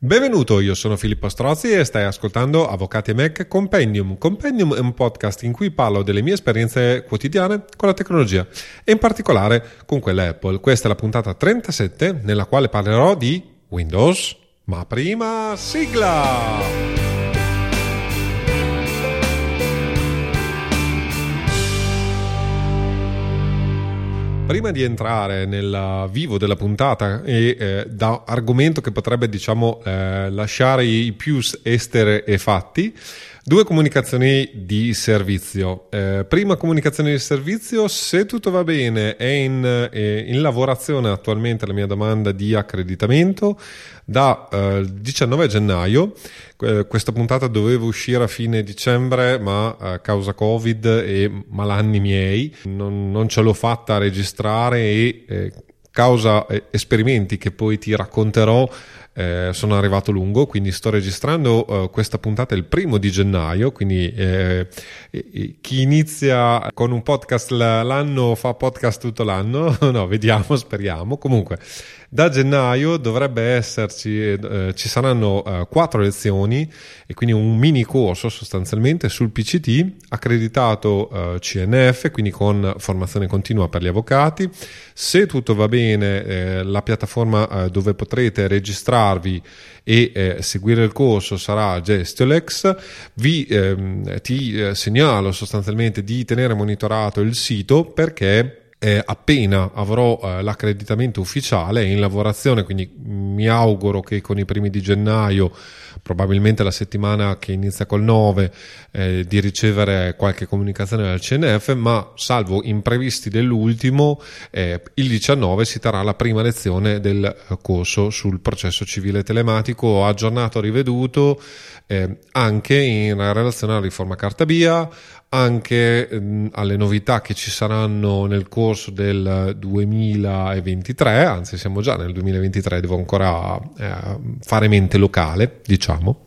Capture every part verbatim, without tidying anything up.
Benvenuto, io sono Filippo Strozzi e stai ascoltando Avvocati e Mac Compendium. Compendium è un podcast in cui parlo delle mie esperienze quotidiane con la tecnologia e in particolare con quella Apple. Questa è la puntata trentasette nella quale parlerò di Windows, ma prima sigla! Prima di entrare nel vivo della puntata e eh, da argomento che potrebbe diciamo eh, lasciare i più estere e fatti, due comunicazioni di servizio. Eh, prima comunicazione di servizio: se tutto va bene è in, eh, in lavorazione attualmente la mia domanda di accreditamento da eh, diciannove gennaio. Eh, questa puntata doveva uscire a fine dicembre, ma a eh, causa Covid e malanni miei non, non ce l'ho fatta registrare e eh, causa eh, esperimenti che poi ti racconterò. Eh, sono arrivato lungo, quindi sto registrando uh, questa puntata il primo di gennaio, quindi eh, eh, chi inizia con un podcast l'anno fa podcast tutto l'anno. No, vediamo, speriamo. Comunque da gennaio dovrebbe esserci, eh, ci saranno eh, quattro lezioni e quindi un mini corso sostanzialmente sul P C T accreditato eh, C N F, quindi con formazione continua per gli avvocati. Se tutto va bene, eh, la piattaforma eh, dove potrete registrarvi e eh, seguire il corso sarà Gestiolex. Vi ehm, ti eh, segnalo sostanzialmente di tenere monitorato il sito, perché Eh, appena avrò eh, l'accreditamento ufficiale in lavorazione, quindi mi auguro che con i primi di gennaio, probabilmente la settimana che inizia col nove, eh, di ricevere qualche comunicazione dal C N F, ma salvo imprevisti dell'ultimo, eh, il diciannove si terrà la prima lezione del eh, corso sul processo civile telematico aggiornato, riveduto, eh, anche in relazione alla riforma Cartabia, anche ehm, alle novità che ci saranno nel corso del duemilaventitré, anzi siamo già nel duemilaventitré, devo ancora eh, fare mente locale, diciamo.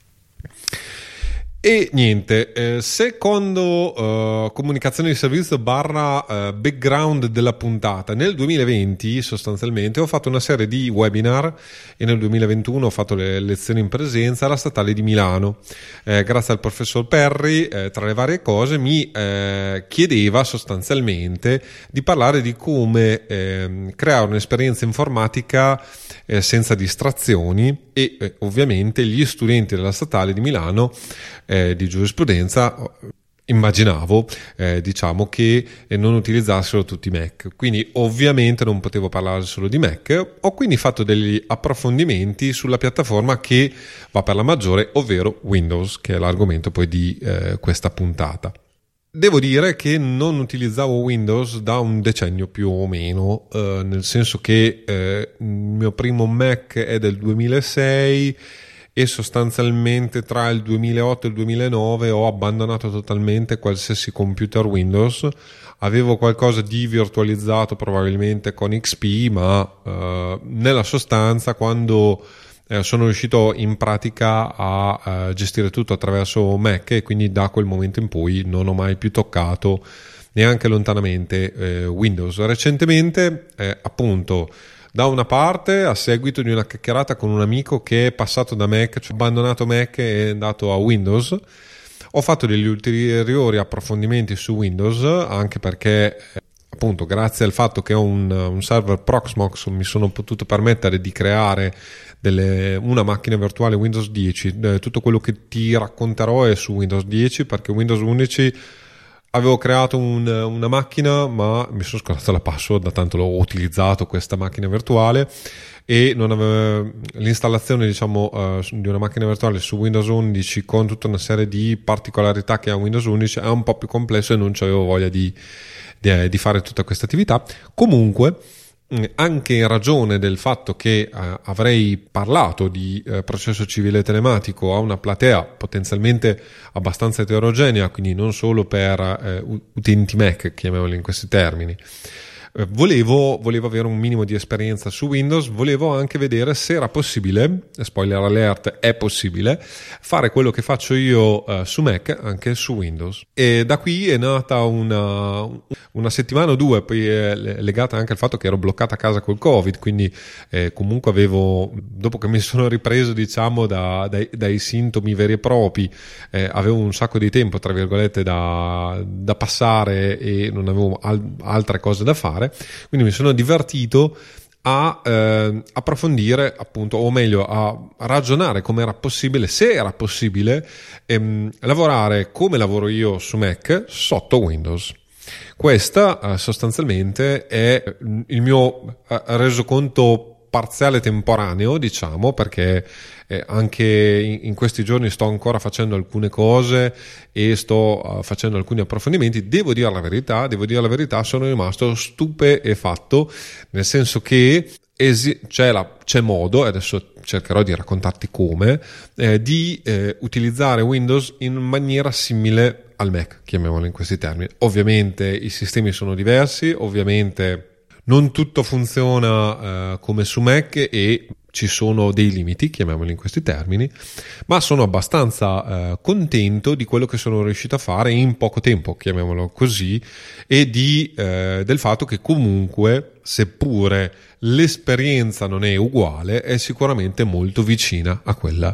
E niente, eh, secondo eh, comunicazione di servizio barra eh, background della puntata, nel duemilaventi sostanzialmente ho fatto una serie di webinar e nel duemilaventuno ho fatto le lezioni in presenza alla Statale di Milano. Eh, grazie al professor Perri, eh, tra le varie cose, mi eh, chiedeva sostanzialmente di parlare di come eh, creare un'esperienza informatica eh, senza distrazioni e eh, ovviamente gli studenti della Statale di Milano Eh, di giurisprudenza immaginavo eh, diciamo che eh, non utilizzassero tutti i Mac, quindi ovviamente non potevo parlare solo di Mac. Ho quindi fatto degli approfondimenti sulla piattaforma che va per la maggiore, ovvero Windows, che è l'argomento poi di eh, questa puntata. Devo dire che non utilizzavo Windows da un decennio più o meno, eh, nel senso che eh, il mio primo Mac è del duemilasei e sostanzialmente tra il duemilaotto e il duemilanove ho abbandonato totalmente qualsiasi computer Windows. Avevo qualcosa di virtualizzato probabilmente con X P, ma eh, nella sostanza quando eh, sono riuscito in pratica a eh, gestire tutto attraverso Mac, e quindi da quel momento in poi non ho mai più toccato neanche lontanamente eh, Windows. Recentemente eh, appunto, da una parte, a seguito di una chiacchierata con un amico che è passato da Mac, cioè abbandonato Mac e è andato a Windows, ho fatto degli ulteriori approfondimenti su Windows, anche perché appunto grazie al fatto che ho un, un server Proxmox mi sono potuto permettere di creare delle, una macchina virtuale Windows dieci. Eh, tutto quello che ti racconterò è su Windows dieci, perché Windows undici avevo creato un, una macchina, ma mi sono scordato la password, da tanto l'ho utilizzato questa macchina virtuale, e non avevo l'installazione diciamo uh, di una macchina virtuale su Windows undici con tutta una serie di particolarità che ha Windows undici è un po' più complesso e non avevo voglia di, di, di fare tutta questa attività. Comunque, anche in ragione del fatto che eh, avrei parlato di eh, processo civile telematico a una platea potenzialmente abbastanza eterogenea, quindi non solo per eh, utenti Mac, chiamiamoli in questi termini, eh, volevo, volevo avere un minimo di esperienza su Windows, volevo anche vedere se era possibile, spoiler alert, è possibile fare quello che faccio io eh, su Mac anche su Windows. E da qui è nata una, una settimana o due, poi è legata anche al fatto che ero bloccata a casa col Covid, quindi eh, comunque avevo, dopo che mi sono ripreso diciamo da, dai, dai sintomi veri e propri, eh, avevo un sacco di tempo tra virgolette da, da passare e non avevo al, altre cose da fare, quindi mi sono divertito a eh, approfondire appunto, o meglio a ragionare come era possibile, se era possibile ehm, lavorare come lavoro io su Mac sotto Windows. Questa eh, sostanzialmente è il mio eh, resoconto parziale temporaneo, diciamo, perché eh, anche in, in questi giorni sto ancora facendo alcune cose e sto uh, facendo alcuni approfondimenti. Devo dire la verità, devo dire la verità, sono rimasto stupefatto, nel senso che esi- c'è, la, c'è modo, e adesso cercherò di raccontarti come, eh, di eh, utilizzare Windows in maniera simile al Mac, chiamiamolo in questi termini. Ovviamente i sistemi sono diversi, ovviamente non tutto funziona eh, come su Mac e ci sono dei limiti, chiamiamoli in questi termini, ma sono abbastanza eh, contento di quello che sono riuscito a fare in poco tempo, chiamiamolo così, e di, eh, del fatto che comunque, seppure l'esperienza non è uguale, è sicuramente molto vicina a quella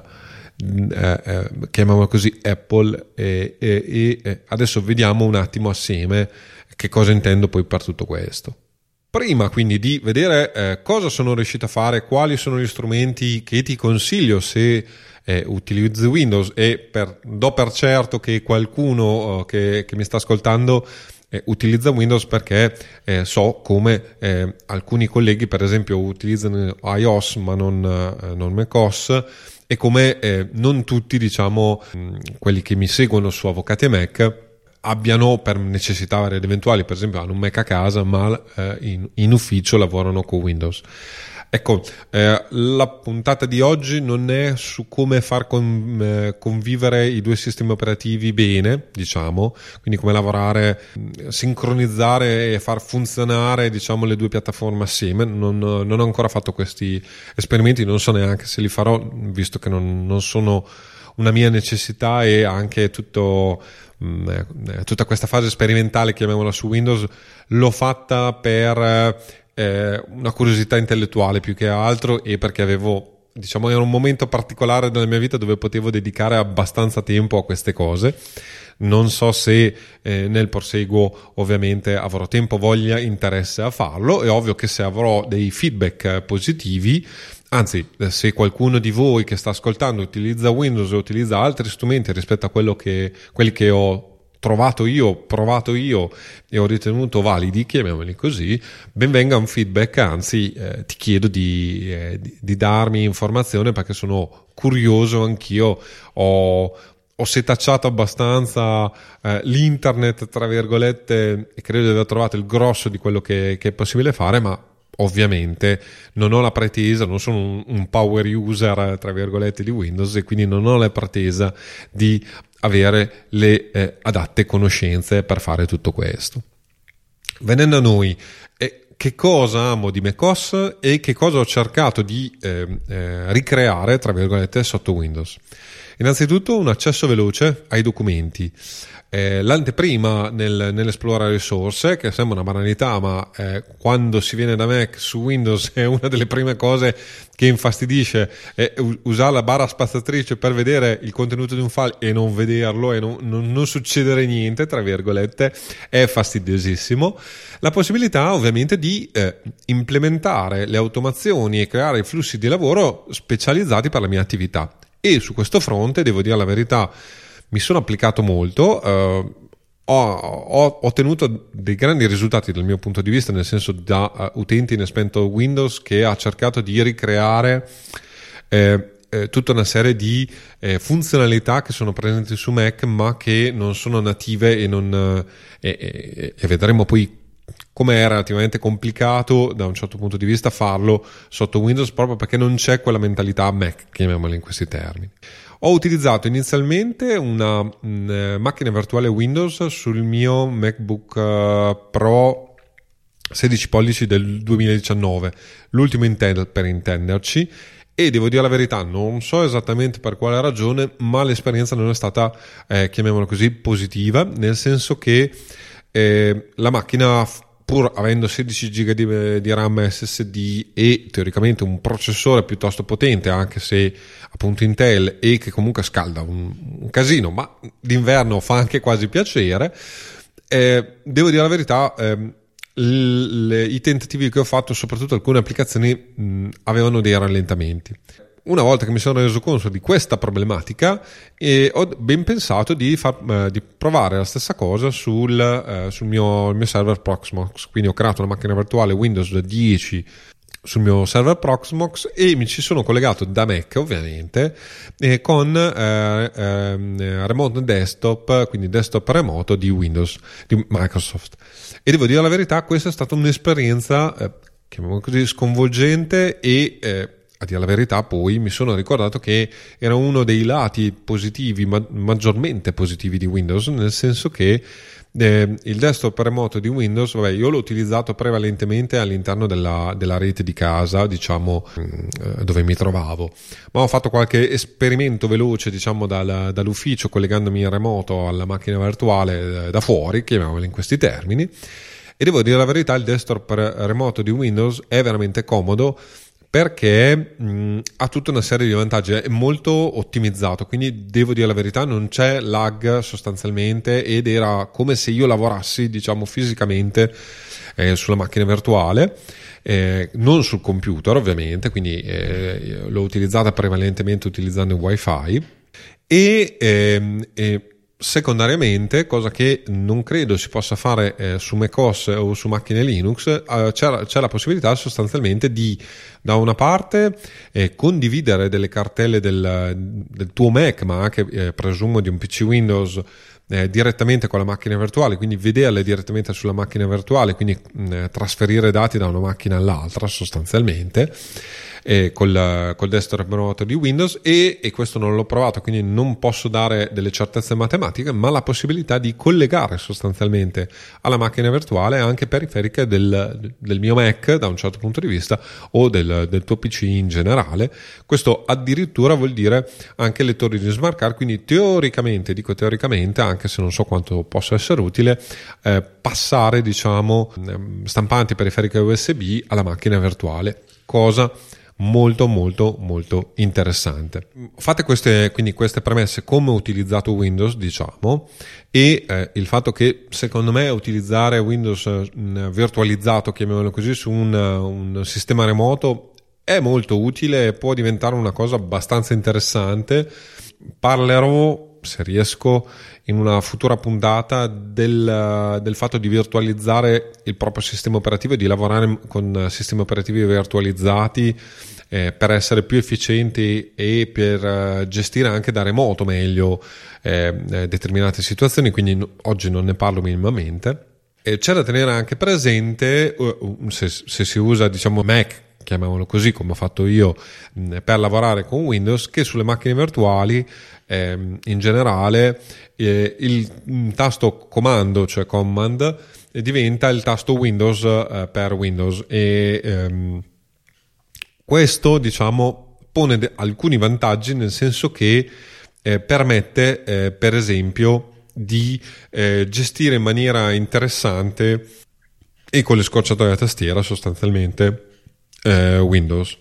Eh, eh, chiamiamola così Apple e, e, e adesso vediamo un attimo assieme che cosa intendo poi per tutto questo. Prima quindi di vedere eh, cosa sono riuscito a fare, quali sono gli strumenti che ti consiglio se eh, utilizzi Windows, e per, do per certo che qualcuno eh, che, che mi sta ascoltando eh, utilizza Windows, perché eh, so come eh, alcuni colleghi per esempio utilizzano iOS ma non, eh, non macOS, e come eh, non tutti, diciamo, mh, quelli che mi seguono su Avvocati e Mac abbiano, per necessità ed eventuali, per esempio hanno un Mac a casa ma eh, in, in ufficio lavorano con Windows. Ecco, eh, la puntata di oggi non è su come far con, eh, convivere i due sistemi operativi bene, diciamo, quindi come lavorare, sincronizzare e far funzionare, diciamo, le due piattaforme assieme. Non, non ho ancora fatto questi esperimenti, non so neanche se li farò, visto che non, non sono una mia necessità, e anche tutto, mh, tutta questa fase sperimentale, chiamiamola, su Windows l'ho fatta per Eh, una curiosità intellettuale più che altro, e perché avevo, diciamo, era un momento particolare della mia vita dove potevo dedicare abbastanza tempo a queste cose. Non so se eh, nel proseguo ovviamente avrò tempo, voglia, interesse a farlo. È ovvio che se avrò dei feedback positivi, anzi, se qualcuno di voi che sta ascoltando utilizza Windows o utilizza altri strumenti rispetto a quello che, quelli che ho trovato io, provato io e ho ritenuto validi, chiamiamoli così, ben venga un feedback, anzi eh, ti chiedo di, eh, di, di darmi informazione, perché sono curioso anch'io. Ho, ho setacciato abbastanza eh, l'internet, tra virgolette, e credo di aver trovato il grosso di quello che, che è possibile fare, ma ovviamente non ho la pretesa, non sono un, un power user, tra virgolette, di Windows, e quindi non ho la pretesa di avere le eh, adatte conoscenze per fare tutto questo. Venendo a noi, eh, che cosa amo di macOS e che cosa ho cercato di eh, eh, ricreare, tra virgolette, sotto Windows. Innanzitutto un accesso veloce ai documenti. Eh, l'anteprima nel, nell'esplorare risorse, che sembra una banalità, ma eh, quando si viene da Mac su Windows è una delle prime cose che infastidisce, è usare la barra spaziatrice per vedere il contenuto di un file e non vederlo e non, non, non succedere niente, tra virgolette, è fastidiosissimo. La possibilità ovviamente di eh, implementare le automazioni e creare i flussi di lavoro specializzati per la mia attività, e su questo fronte, devo dire la verità, mi sono applicato molto, eh, ho, ho ottenuto dei grandi risultati dal mio punto di vista, nel senso, da uh, utente inesperiente Windows che ha cercato di ricreare eh, eh, tutta una serie di eh, funzionalità che sono presenti su Mac ma che non sono native, e, non, eh, e, e vedremo poi come è relativamente complicato da un certo punto di vista farlo sotto Windows, proprio perché non c'è quella mentalità Mac, chiamiamola in questi termini. Ho utilizzato inizialmente una mh, macchina virtuale Windows sul mio MacBook uh, Pro sedici pollici del duemiladiciannove, l'ultimo Intel per intenderci, e devo dire la verità, non so esattamente per quale ragione, ma l'esperienza non è stata, eh, chiamiamola così, positiva, nel senso che eh, la macchina, pur avendo sedici giga di, di RAM S S D e teoricamente un processore piuttosto potente, anche se appunto Intel, e che comunque scalda un, un casino, ma d'inverno fa anche quasi piacere, eh, devo dire la verità, eh, Le, i tentativi che ho fatto, soprattutto alcune applicazioni, mh, avevano dei rallentamenti. Una volta che mi sono reso conto di questa problematica, eh, ho ben pensato di, far, eh, di provare la stessa cosa sul, eh, sul mio, mio server Proxmox. Quindi ho creato una macchina virtuale Windows dieci sul mio server Proxmox e mi ci sono collegato da Mac, ovviamente, eh, con eh, eh, remote desktop, quindi desktop remoto di Windows, di Microsoft. E devo dire la verità, questa è stata un'esperienza, eh, chiamiamola così, sconvolgente, e eh, a dire la verità poi mi sono ricordato che era uno dei lati positivi, ma- maggiormente positivi di Windows, nel senso che Eh, il desktop remoto di Windows, vabbè, io l'ho utilizzato prevalentemente all'interno della, della rete di casa, diciamo, eh, dove mi trovavo, ma ho fatto qualche esperimento veloce, diciamo, dal, dall'ufficio, collegandomi in remoto alla macchina virtuale eh, da fuori, chiamiamola in questi termini, e devo dire la verità, il desktop remoto di Windows è veramente comodo, perché mh, ha tutta una serie di vantaggi, è molto ottimizzato, quindi devo dire la verità, non c'è lag sostanzialmente, ed era come se io lavorassi, diciamo, fisicamente eh, sulla macchina virtuale, eh, non sul computer ovviamente, quindi eh, l'ho utilizzata prevalentemente utilizzando il wifi, e, ehm, e secondariamente, cosa che non credo si possa fare eh, su macOS o su macchine Linux, eh, c'è, c'è la possibilità sostanzialmente di, da una parte, eh, condividere delle cartelle del, del tuo Mac, ma anche eh, presumo di un P C Windows, eh, direttamente con la macchina virtuale, quindi vederle direttamente sulla macchina virtuale, quindi mh, trasferire dati da una macchina all'altra sostanzialmente, eh, col, col desktop remoto di Windows, e, e questo non l'ho provato, quindi non posso dare delle certezze matematiche, ma la possibilità di collegare sostanzialmente alla macchina virtuale anche periferiche del, del mio Mac da un certo punto di vista, o del, del tuo P C in generale. Questo addirittura vuol dire anche lettori di smart card, quindi teoricamente, dico teoricamente, anche se non so quanto possa essere utile, eh, passare, diciamo, stampanti periferiche U S B alla macchina virtuale, cosa molto molto molto interessante. Fate queste, quindi queste premesse, come ho utilizzato Windows, diciamo, e eh, il fatto che secondo me utilizzare Windows eh, virtualizzato, chiamiamolo così, su un, un sistema remoto è molto utile e può diventare una cosa abbastanza interessante. Parlerò, se riesco, in una futura puntata del, del fatto di virtualizzare il proprio sistema operativo e di lavorare con sistemi operativi virtualizzati eh, per essere più efficienti e per eh, gestire anche da remoto meglio eh, determinate situazioni, quindi no, oggi non ne parlo minimamente. E c'è da tenere anche presente, uh, se, se si usa, diciamo, Mac, chiamiamolo così, come ho fatto io, mh, per lavorare con Windows, che sulle macchine virtuali ehm, in generale eh, il, il tasto comando, cioè command, eh, diventa il tasto Windows eh, per Windows, e ehm, questo, diciamo, pone de- alcuni vantaggi, nel senso che eh, permette eh, per esempio di eh, gestire in maniera interessante e con le scorciatoie a tastiera sostanzialmente eh, Windows.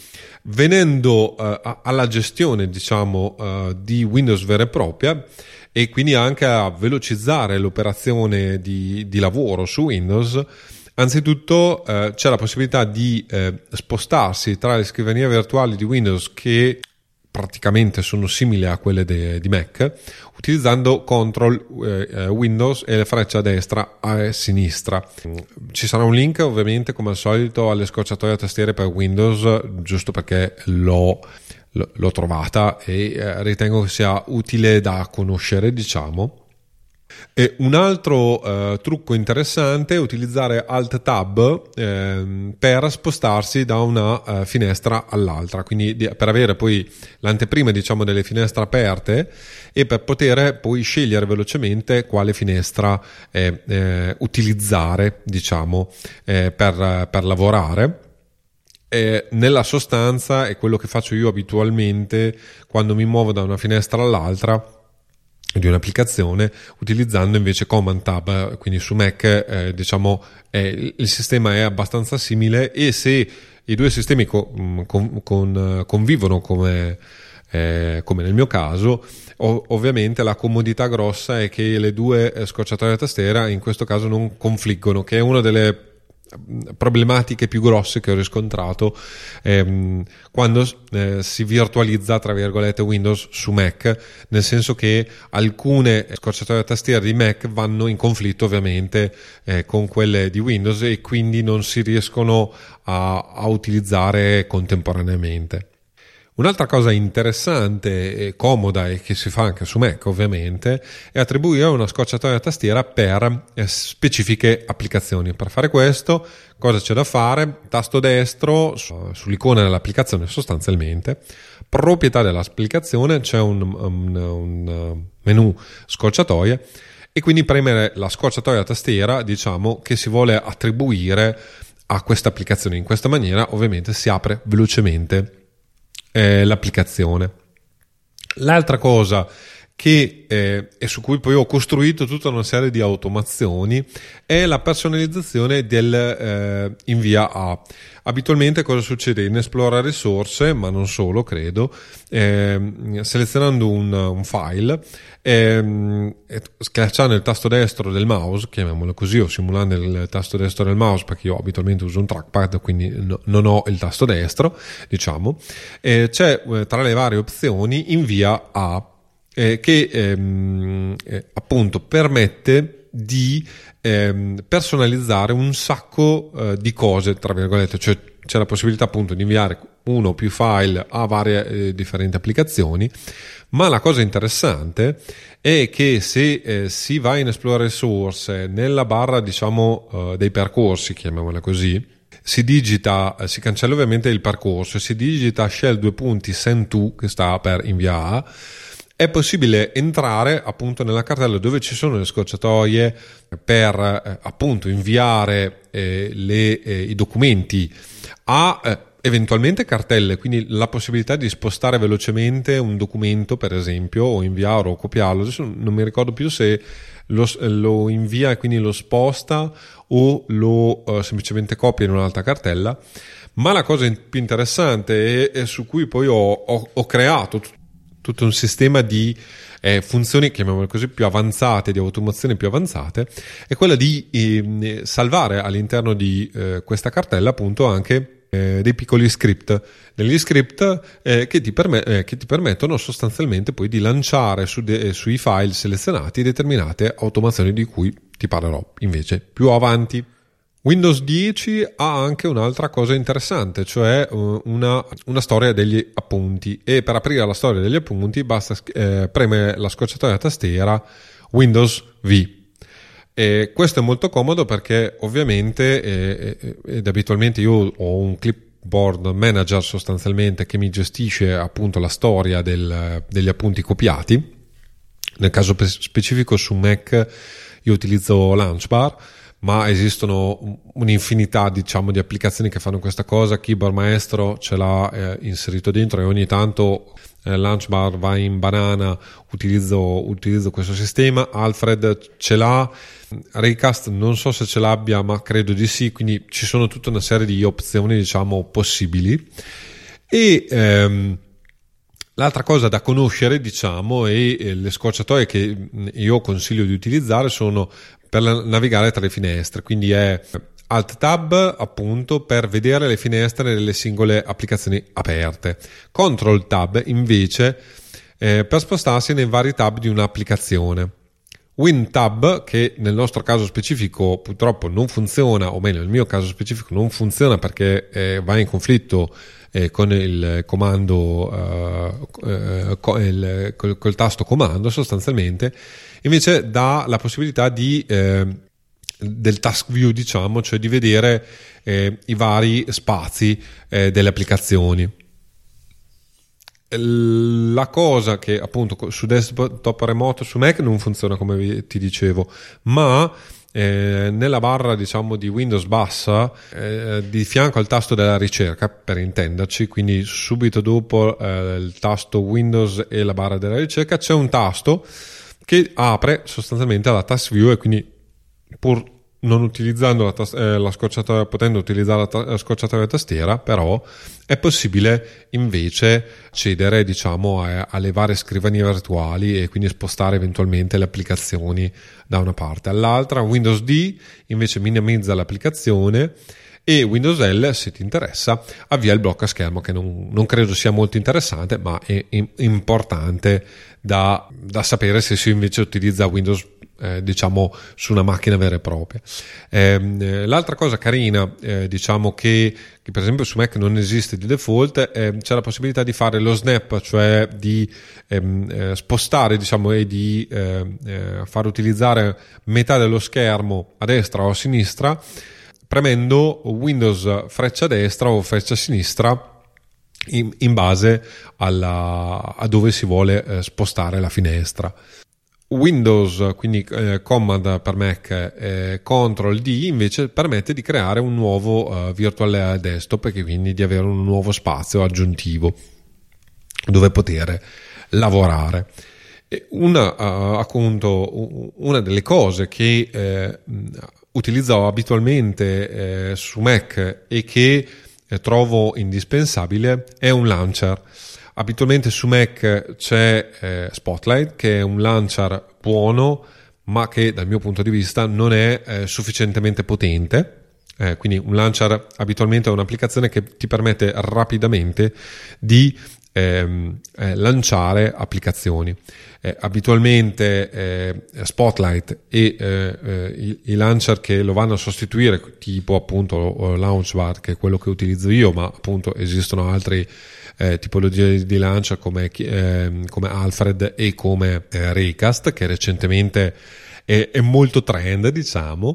Venendo uh, alla gestione, diciamo, uh, di Windows vera e propria, e quindi anche a velocizzare l'operazione di, di lavoro su Windows, anzitutto uh, c'è la possibilità di uh, spostarsi tra le scrivanie virtuali di Windows, che praticamente sono simili a quelle de, di Mac, utilizzando Control eh, Windows e la freccia a destra e sinistra. Ci sarà un link, ovviamente, come al solito, alle scorciatoie a tastiere per Windows, giusto perché l'ho, l'ho trovata e eh, ritengo che sia utile da conoscere, diciamo. E un altro eh, trucco interessante è utilizzare Alt Tab eh, per spostarsi da una eh, finestra all'altra, quindi di, per avere poi l'anteprima, diciamo, delle finestre aperte e per poter poi scegliere velocemente quale finestra eh, eh, utilizzare, diciamo, eh, per, per lavorare. E nella sostanza è quello che faccio io abitualmente quando mi muovo da una finestra all'altra di un'applicazione, utilizzando invece Command Tab. Quindi su Mac eh, diciamo eh, il sistema è abbastanza simile, e se i due sistemi co- con, con, convivono come, eh, come nel mio caso, ov- ovviamente la comodità grossa è che le due scorciatoie a tastiera in questo caso non confliggono, che è una delle problematiche più grosse che ho riscontrato ehm, quando eh, si virtualizza, tra virgolette, Windows su Mac, nel senso che alcune scorciatoie a tastiera di Mac vanno in conflitto ovviamente eh, con quelle di Windows, e quindi non si riescono a, a utilizzare contemporaneamente. Un'altra cosa interessante e comoda, e che si fa anche su Mac ovviamente, è attribuire una scorciatoia a tastiera per eh, specifiche applicazioni. Per fare questo, cosa c'è da fare? Tasto destro su, sull'icona dell'applicazione sostanzialmente, proprietà dell'applicazione, c'è un, un, un menu scorciatoie, e quindi premere la scorciatoia a tastiera, diciamo, che si vuole attribuire a questa applicazione. In questa maniera ovviamente si apre velocemente Eh, l'applicazione. L'altra cosa che eh, e su cui poi ho costruito tutta una serie di automazioni è la personalizzazione del eh, invia a. Abitualmente cosa succede? In Esplora risorse, ma non solo, credo, eh, selezionando un, un file, eh, schiacciando il tasto destro del mouse, chiamiamolo così, o simulando il tasto destro del mouse, perché io abitualmente uso un trackpad, quindi no, non ho il tasto destro, diciamo, eh, c'è eh, tra le varie opzioni invia a, eh, che ehm, eh, appunto permette di ehm, personalizzare un sacco eh, di cose, tra virgolette, cioè c'è la possibilità appunto di inviare uno o più file a varie eh, differenti applicazioni. Ma la cosa interessante è che se eh, si va in Esplora Resource, nella barra, diciamo, eh, dei percorsi, chiamiamola così, si digita, eh, si cancella ovviamente il percorso, si digita shell due punti send to, che sta per invia, è possibile entrare appunto nella cartella dove ci sono le scorciatoie per eh, appunto inviare eh, le, eh, i documenti a eh, eventualmente cartelle, quindi la possibilità di spostare velocemente un documento, per esempio, o inviare o copiarlo. Adesso non mi ricordo più se lo, lo invia e quindi lo sposta o lo uh, semplicemente copia in un'altra cartella. Ma la cosa più interessante, e su cui poi ho, ho, ho creato t- tutto un sistema di eh, funzioni, chiamiamole così, più avanzate, di automazione più avanzate, è quella di eh, salvare all'interno di eh, questa cartella appunto anche eh, dei piccoli script, degli script eh, che, ti perme- eh, che ti permettono sostanzialmente poi di lanciare su de- sui file selezionati determinate automazioni di cui ti parlerò invece più avanti. Windows dieci ha anche un'altra cosa interessante, cioè una, una storia degli appunti, e per aprire la storia degli appunti basta eh, premere la scorciatoia a tastiera Windows V. E questo è molto comodo perché ovviamente eh, ed abitualmente io ho un clipboard manager sostanzialmente che mi gestisce appunto la storia del, degli appunti copiati. Nel caso specifico su Mac io utilizzo Launchbar, ma esistono un'infinità, diciamo, di applicazioni che fanno questa cosa. Keyboard Maestro ce l'ha eh, inserito dentro, e ogni tanto eh, Launchbar va in banana, utilizzo, utilizzo questo sistema. Alfred ce l'ha, Raycast non so se ce l'abbia, ma credo di sì, quindi ci sono tutta una serie di opzioni, diciamo, possibili. E ehm, l'altra cosa da conoscere, diciamo, e eh, le scorciatoie che io consiglio di utilizzare sono per navigare tra le finestre, quindi è Alt Tab appunto per vedere le finestre delle singole applicazioni aperte, Control Tab invece eh, per spostarsi nei vari tab di un'applicazione, Win Tab, che nel nostro caso specifico purtroppo non funziona, o meglio nel mio caso specifico non funziona perché eh, va in conflitto eh, con il comando uh, uh, co- il, col, col tasto comando sostanzialmente. invece dà la possibilità di eh, del task view, diciamo, cioè di vedere eh, i vari spazi eh, delle applicazioni. La cosa che appunto su desktop remoto su Mac non funziona come ti dicevo, ma eh, nella barra, diciamo, di Windows bassa, eh, di fianco al tasto della ricerca, per intenderci, quindi subito dopo eh, il tasto Windows e la barra della ricerca, c'è un tasto che apre sostanzialmente la task view, e quindi pur non utilizzando la, tas- eh, la scorciatoia, potendo utilizzare la, ta- la scorciatoia tastiera, però è possibile invece accedere, diciamo, a- alle varie scrivanie virtuali e quindi spostare eventualmente le applicazioni da una parte all'altra. Windows D invece minimizza l'applicazione, e Windows L, se ti interessa, avvia il blocco a schermo, che non, non credo sia molto interessante, ma è, è importante da, da sapere se si invece utilizza Windows Eh, diciamo su una macchina vera e propria. Eh, l'altra cosa carina, eh, diciamo che, che per esempio su Mac non esiste di default, eh, c'è la possibilità di fare lo snap, cioè di ehm, eh, spostare, diciamo, e di eh, eh, far utilizzare metà dello schermo a destra o a sinistra premendo Windows freccia destra o freccia sinistra in, in base alla, a dove si vuole eh, spostare la finestra. Windows, quindi eh, Command per Mac, eh, Control D invece permette di creare un nuovo uh, virtual desktop, e quindi di avere un nuovo spazio aggiuntivo dove poter lavorare. E una, uh, appunto, una delle cose che eh, utilizzo abitualmente eh, su Mac e che eh, trovo indispensabile è un launcher. Abitualmente su Mac c'è eh, Spotlight, che è un launcher buono, ma che dal mio punto di vista non è eh, sufficientemente potente. Eh, quindi un launcher abitualmente è un'applicazione che ti permette rapidamente di ehm, eh, lanciare applicazioni. Eh, abitualmente eh, Spotlight e eh, eh, i, i launcher che lo vanno a sostituire, tipo appunto Launchbar, che è quello che utilizzo io, ma appunto esistono altri Eh, tipologie di launcher come, eh, come Alfred e come eh, Raycast, che recentemente è, è molto trend, diciamo.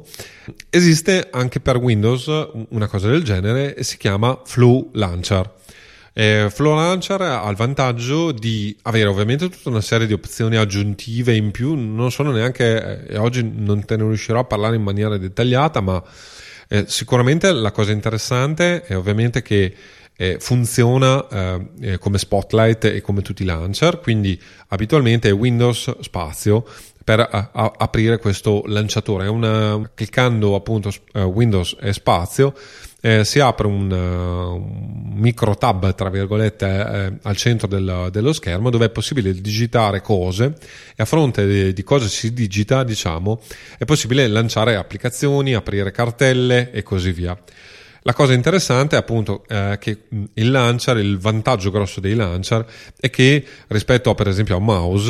Esiste anche per Windows una cosa del genere, e si chiama Flow Launcher. Eh, Flow Launcher ha il vantaggio di avere ovviamente tutta una serie di opzioni aggiuntive in più. Non sono neanche, eh, oggi non te ne riuscirò a parlare in maniera dettagliata, ma eh, sicuramente la cosa interessante è ovviamente che Eh, funziona eh, come Spotlight e come tutti i launcher, quindi abitualmente è Windows spazio per a, a, aprire questo lanciatore. È una, cliccando appunto uh, Windows e spazio eh, si apre un, uh, un micro tab, tra virgolette, eh, al centro del, dello schermo, dove è possibile digitare cose, e a fronte di, di cosa si digita, diciamo, è possibile lanciare applicazioni, aprire cartelle e così via. La cosa interessante è appunto eh, che il launcher, il vantaggio grosso dei launcher è che rispetto a, per esempio, a un mouse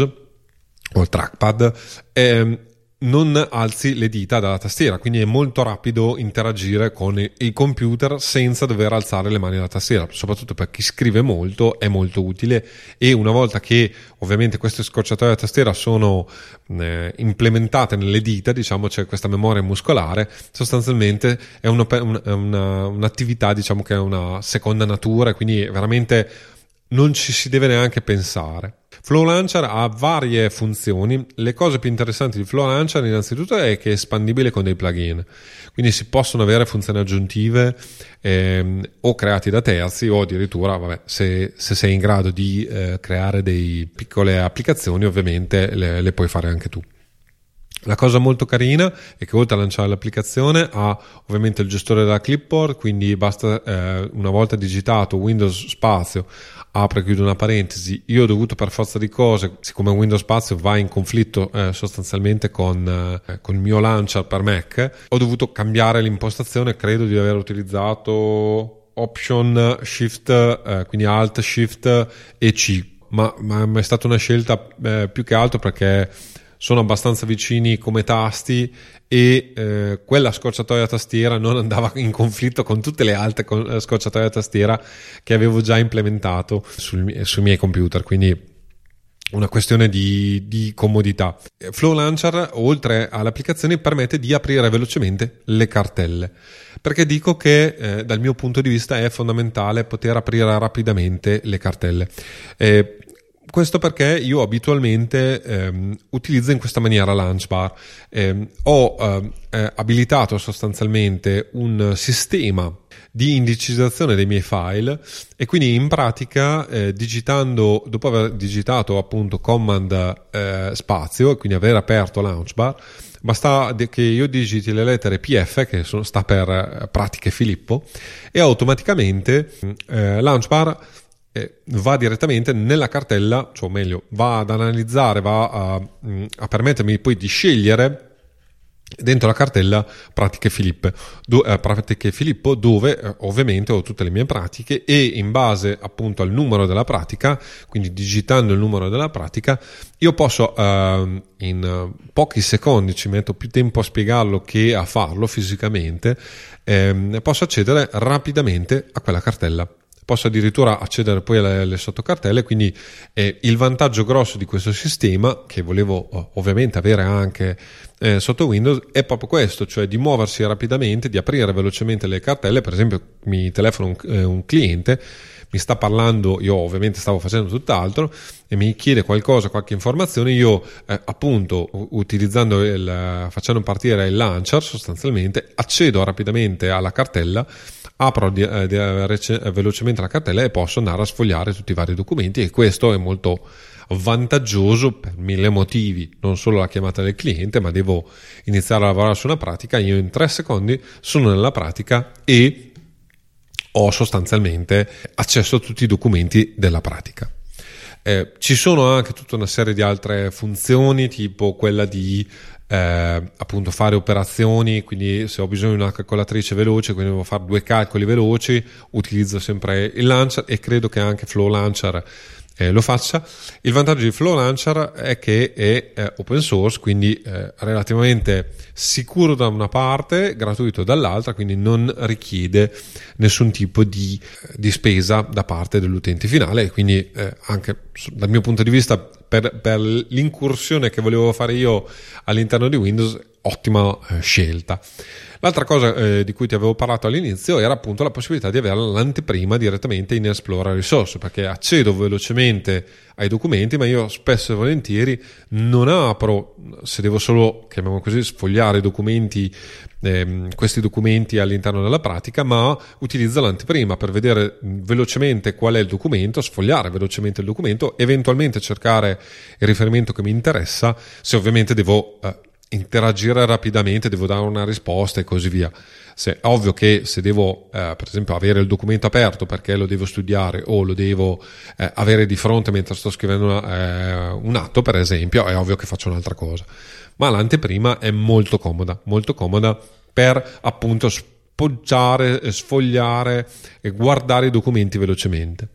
o al trackpad, eh, non alzi le dita dalla tastiera, quindi è molto rapido interagire con il computer senza dover alzare le mani dalla tastiera. Soprattutto per chi scrive molto è molto utile, e una volta che ovviamente queste scorciatoie da tastiera sono eh, implementate nelle dita, diciamo, c'è questa memoria muscolare, sostanzialmente è una, una, un'attività, diciamo, che è una seconda natura, quindi veramente non ci si deve neanche pensare. Flow Launcher ha varie funzioni. Le cose più interessanti di Flow Launcher innanzitutto è che è espandibile con dei plugin, quindi si possono avere funzioni aggiuntive ehm, o creati da terzi, o addirittura vabbè, se, se sei in grado di eh, creare delle piccole applicazioni, ovviamente le, le puoi fare anche tu. La cosa molto carina è che oltre a lanciare l'applicazione ha ovviamente il gestore della clipboard, quindi basta eh, una volta digitato Windows spazio, apre e chiude una parentesi. Io ho dovuto, per forza di cose, siccome Windows spazio va in conflitto eh, sostanzialmente con, eh, con il mio launcher per Mac, ho dovuto cambiare l'impostazione. Credo di aver utilizzato Option Shift, eh, quindi Alt Shift e C, ma, ma è stata una scelta eh, più che altro perché sono abbastanza vicini come tasti, e eh, quella scorciatoia a tastiera non andava in conflitto con tutte le altre con, scorciatoie a tastiera che avevo già implementato sul, sui miei computer, quindi una questione di, di comodità. Flow Launcher, oltre alle applicazioni, permette di aprire velocemente le cartelle, perché dico che eh, dal mio punto di vista è fondamentale poter aprire rapidamente le cartelle. Eh, questo perché io abitualmente ehm, utilizzo in questa maniera Launchbar. Eh, ho eh, abilitato sostanzialmente un sistema di indicizzazione dei miei file, e quindi in pratica eh, digitando, dopo aver digitato appunto command eh, spazio e quindi aver aperto Launchbar, basta che io digiti le lettere P F, che sono, sta per eh, Pratiche Filippo, e automaticamente eh, Launchbar eh, va direttamente nella cartella, cioè o meglio va ad analizzare, va a, a permettermi poi di scegliere dentro la cartella Pratiche Filippo, do, eh, Pratiche Filippo dove eh, ovviamente ho tutte le mie pratiche, e in base appunto al numero della pratica, quindi digitando il numero della pratica, io posso eh, in uh, pochi secondi, ci metto più tempo a spiegarlo che a farlo fisicamente, eh, posso accedere rapidamente a quella cartella. Posso addirittura accedere poi alle, alle sottocartelle, quindi eh, il vantaggio grosso di questo sistema, che volevo oh, ovviamente avere anche eh, sotto Windows, è proprio questo, cioè di muoversi rapidamente, di aprire velocemente le cartelle. Per esempio mi telefona un, eh, un cliente, mi sta parlando, io ovviamente stavo facendo tutt'altro, e mi chiede qualcosa, qualche informazione, io eh, appunto utilizzando il, facendo partire il launcher sostanzialmente, accedo rapidamente alla cartella, apro di, eh, di, eh, velocemente la cartella e posso andare a sfogliare tutti i vari documenti, e questo è molto vantaggioso per mille motivi, non solo la chiamata del cliente, ma devo iniziare a lavorare su una pratica, io in tre secondi sono nella pratica e ho sostanzialmente accesso a tutti i documenti della pratica. Eh, ci sono anche tutta una serie di altre funzioni, tipo quella di Eh, appunto fare operazioni, quindi se ho bisogno di una calcolatrice veloce, quindi devo fare due calcoli veloci, utilizzo sempre il Launcher, e credo che anche Flow Launcher eh, lo faccia. Il vantaggio di Flow Launcher è che è eh, open source, quindi eh, relativamente sicuro da una parte, gratuito dall'altra, quindi non richiede nessun tipo di, di spesa da parte dell'utente finale, e quindi eh, anche dal mio punto di vista, per, per l'incursione che volevo fare io all'interno di Windows, ottima eh, scelta. L'altra cosa eh, di cui ti avevo parlato all'inizio era appunto la possibilità di avere l'anteprima direttamente in Explorer Resource, perché accedo velocemente ai documenti, ma io spesso e volentieri non apro, se devo solo, chiamiamo così, sfogliare i documenti, ehm, questi documenti all'interno della pratica, ma utilizzo l'anteprima per vedere velocemente qual è il documento, sfogliare velocemente il documento, eventualmente cercare il riferimento che mi interessa, se ovviamente devo eh, interagire rapidamente, devo dare una risposta e così via. Se, è ovvio che se devo eh, per esempio avere il documento aperto perché lo devo studiare, o lo devo eh, avere di fronte mentre sto scrivendo una, eh, un atto per esempio, è ovvio che faccio un'altra cosa, ma l'anteprima è molto comoda, molto comoda per appunto spoggiare, sfogliare e guardare i documenti velocemente.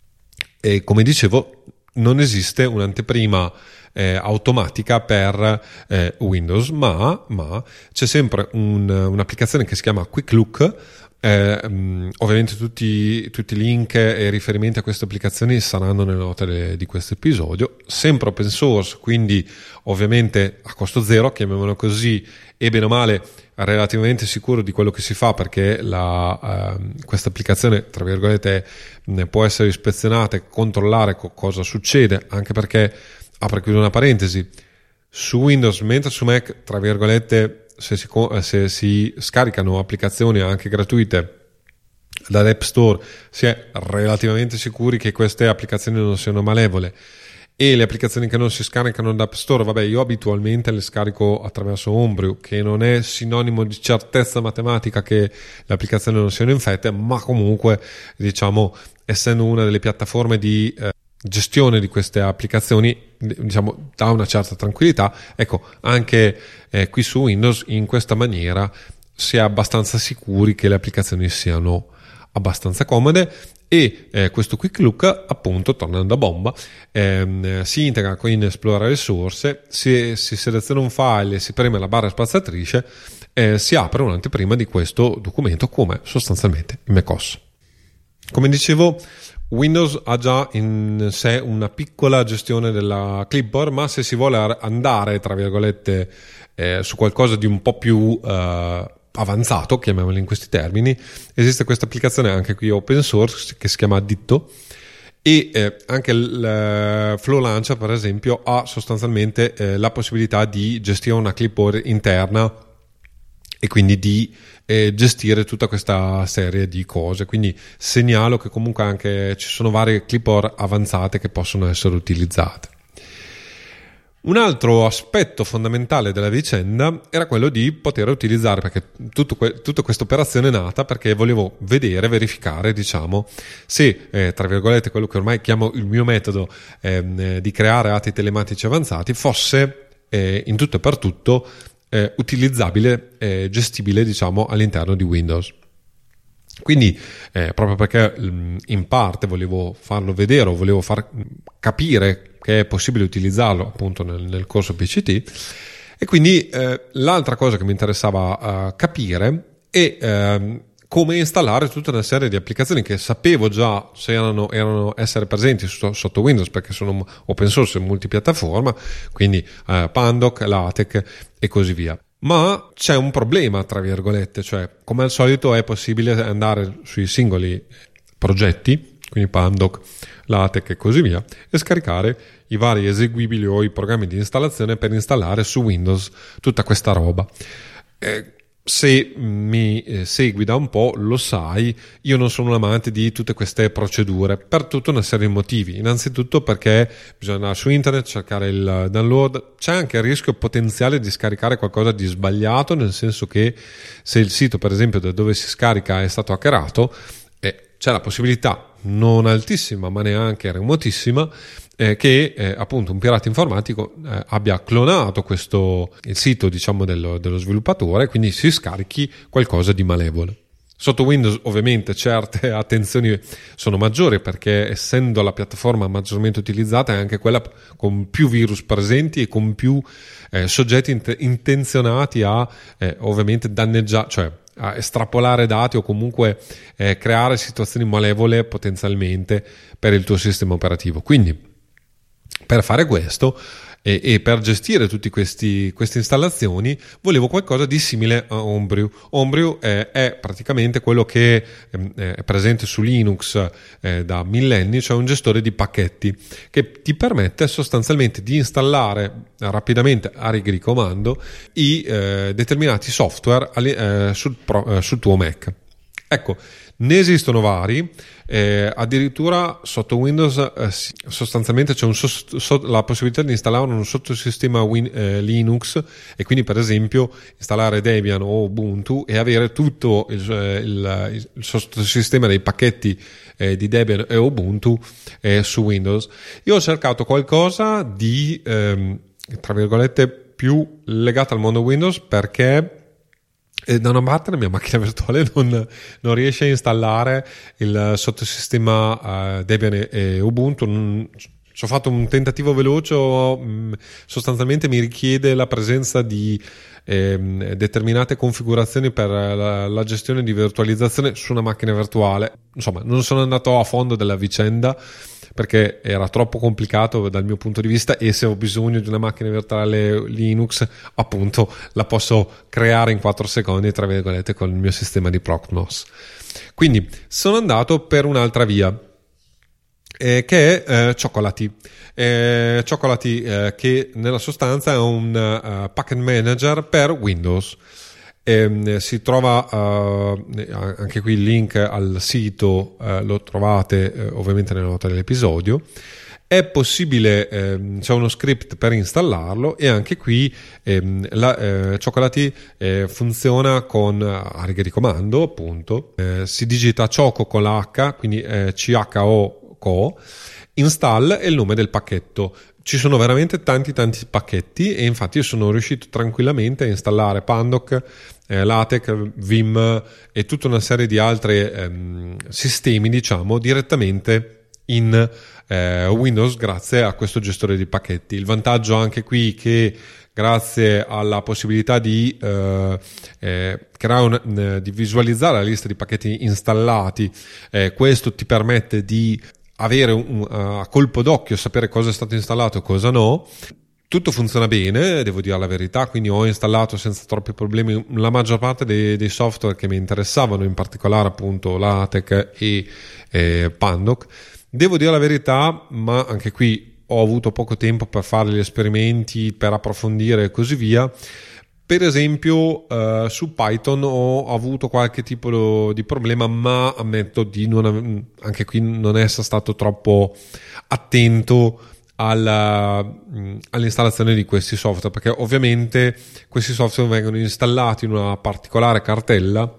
E come dicevo, non esiste un'anteprima Eh, automatica per eh, Windows, ma, ma c'è sempre un, un'applicazione che si chiama Quick Look. Eh, um, ovviamente tutti, tutti i link e riferimenti a queste applicazioni saranno nelle note de, di questo episodio, sempre open source, quindi ovviamente a costo zero, chiamiamolo così, e bene o male relativamente sicuro di quello che si fa, perché la, uh, questa applicazione, tra virgolette, può essere ispezionata e controllare co- cosa succede, anche perché, apro e chiudo una parentesi, su Windows, mentre su Mac, tra virgolette, se si, se si scaricano applicazioni anche gratuite dall'App Store, si è relativamente sicuri che queste applicazioni non siano malevole. E le applicazioni che non si scaricano da App Store, vabbè, io abitualmente le scarico attraverso Homebrew, che non è sinonimo di certezza matematica che le applicazioni non siano infette, ma comunque, diciamo, essendo una delle piattaforme di eh, gestione di queste applicazioni, diciamo, dà una certa tranquillità. Ecco, anche eh, qui su Windows in questa maniera si è abbastanza sicuri che le applicazioni siano abbastanza comode. E eh, questo Quick Look, appunto, tornando a bomba, ehm, si integra con Explorer Resource, si, si seleziona un file e si preme la barra spaziatrice, eh, si apre un'anteprima di questo documento, come sostanzialmente in macOS. Come dicevo, Windows ha già in sé una piccola gestione della clipboard, ma se si vuole andare, tra virgolette, eh, su qualcosa di un po' più eh, avanzato, chiamiamolo in questi termini, esiste questa applicazione anche qui open source che si chiama Ditto, e eh, anche il eh, Flow Launcher, per esempio, ha sostanzialmente eh, la possibilità di gestire una clipboard interna e quindi di eh, gestire tutta questa serie di cose. Quindi segnalo che comunque anche ci sono varie clipboard avanzate che possono essere utilizzate. Un altro aspetto fondamentale della vicenda era quello di poter utilizzare, perché tutto que- tutta questa operazione è nata perché volevo vedere, verificare, diciamo, se, eh, tra virgolette, quello che ormai chiamo il mio metodo eh, di creare atti telematici avanzati fosse eh, in tutto e per tutto eh, utilizzabile e gestibile, diciamo, all'interno di Windows. Quindi eh, proprio perché in parte volevo farlo vedere o volevo far capire che è possibile utilizzarlo appunto nel, nel corso P C T, e quindi eh, l'altra cosa che mi interessava uh, capire è eh, come installare tutta una serie di applicazioni che sapevo già se erano, erano essere presenti sotto, sotto Windows, perché sono open source e multipiattaforma, quindi eh, Pandoc, LaTeX e così via. Ma c'è un problema, tra virgolette, cioè come al solito è possibile andare sui singoli progetti, quindi Pandoc, LaTeX e così via, e scaricare i vari eseguibili o i programmi di installazione per installare su Windows tutta questa roba. Eh, se mi eh, segui da un po' lo sai, io non sono un amante di tutte queste procedure per tutta una serie di motivi. Innanzitutto perché bisogna andare su internet, cercare il download, c'è anche il rischio potenziale di scaricare qualcosa di sbagliato, nel senso che se il sito, per esempio, da dove si scarica è stato hackerato, eh, c'è la possibilità non altissima ma neanche remotissima eh, che eh, appunto un pirata informatico eh, abbia clonato questo il sito, diciamo, dello, dello sviluppatore, quindi si scarichi qualcosa di malevolo. Sotto Windows ovviamente certe attenzioni sono maggiori, perché essendo la piattaforma maggiormente utilizzata è anche quella con più virus presenti e con più eh, soggetti int- intenzionati a eh, ovviamente danneggiare, cioè a estrapolare dati o comunque eh, creare situazioni malevole potenzialmente per il tuo sistema operativo. Quindi per fare questo e, e per gestire tutte queste installazioni volevo qualcosa di simile a Homebrew. Homebrew è, è praticamente quello che eh, è presente su Linux eh, da millenni, cioè un gestore di pacchetti che ti permette sostanzialmente di installare rapidamente a righe di comando i eh, determinati software eh, sul, pro, eh, sul tuo Mac. Ecco, ne esistono vari, eh, addirittura sotto Windows eh, sostanzialmente c'è un so- so- la possibilità di installare un sottosistema Win- eh, Linux, e quindi per esempio installare Debian o Ubuntu e avere tutto il, il, il sottosistema dei pacchetti eh, di Debian e Ubuntu eh, su Windows. Io ho cercato qualcosa di ehm, tra virgolette più legato al mondo Windows, perché e da una parte la mia macchina virtuale non, non riesce a installare il sottosistema uh, Debian e, e Ubuntu. Non, ci ho fatto un tentativo veloce, mh, sostanzialmente mi richiede la presenza di eh, determinate configurazioni per la, la gestione di virtualizzazione su una macchina virtuale. Insomma, non sono andato a fondo della vicenda perché era troppo complicato dal mio punto di vista, e se ho bisogno di una macchina virtuale Linux, appunto, la posso creare in quattro secondi, tra virgolette, con il mio sistema di Proxmox. Quindi sono andato per un'altra via, eh, che è eh, Chocolatey. Eh, Chocolatey eh, che nella sostanza è un uh, packet manager per Windows. Eh, si trova uh, anche qui il link al sito, uh, lo trovate uh, ovviamente nella nota dell'episodio. È possibile, ehm, c'è uno script per installarlo, e anche qui ehm, la, eh, Chocolatey eh, funziona con a righe di comando, appunto. Eh, si digita Choco con la H, quindi eh, C H O C O, install e il nome del pacchetto. Ci sono veramente tanti tanti pacchetti, e infatti io sono riuscito tranquillamente a installare Pandoc, eh, LaTeX, Vim e tutta una serie di altri ehm, sistemi, diciamo, direttamente in eh, Windows grazie a questo gestore di pacchetti. Il vantaggio anche qui che grazie alla possibilità di, eh, eh, creare un, eh, di visualizzare la lista di pacchetti installati, eh, questo ti permette di avere un, un, a colpo d'occhio sapere cosa è stato installato e cosa no. Tutto funziona bene, devo dire la verità, quindi ho installato senza troppi problemi la maggior parte dei, dei software che mi interessavano, in particolare appunto LaTeX e eh, Pandoc. Devo dire la verità, ma anche qui ho avuto poco tempo per fare gli esperimenti, per approfondire e così via. Per esempio eh, su Python ho avuto qualche tipo di problema, ma ammetto di non, anche qui non essere stato troppo attento alla, all'installazione di questi software, perché ovviamente questi software vengono installati in una particolare cartella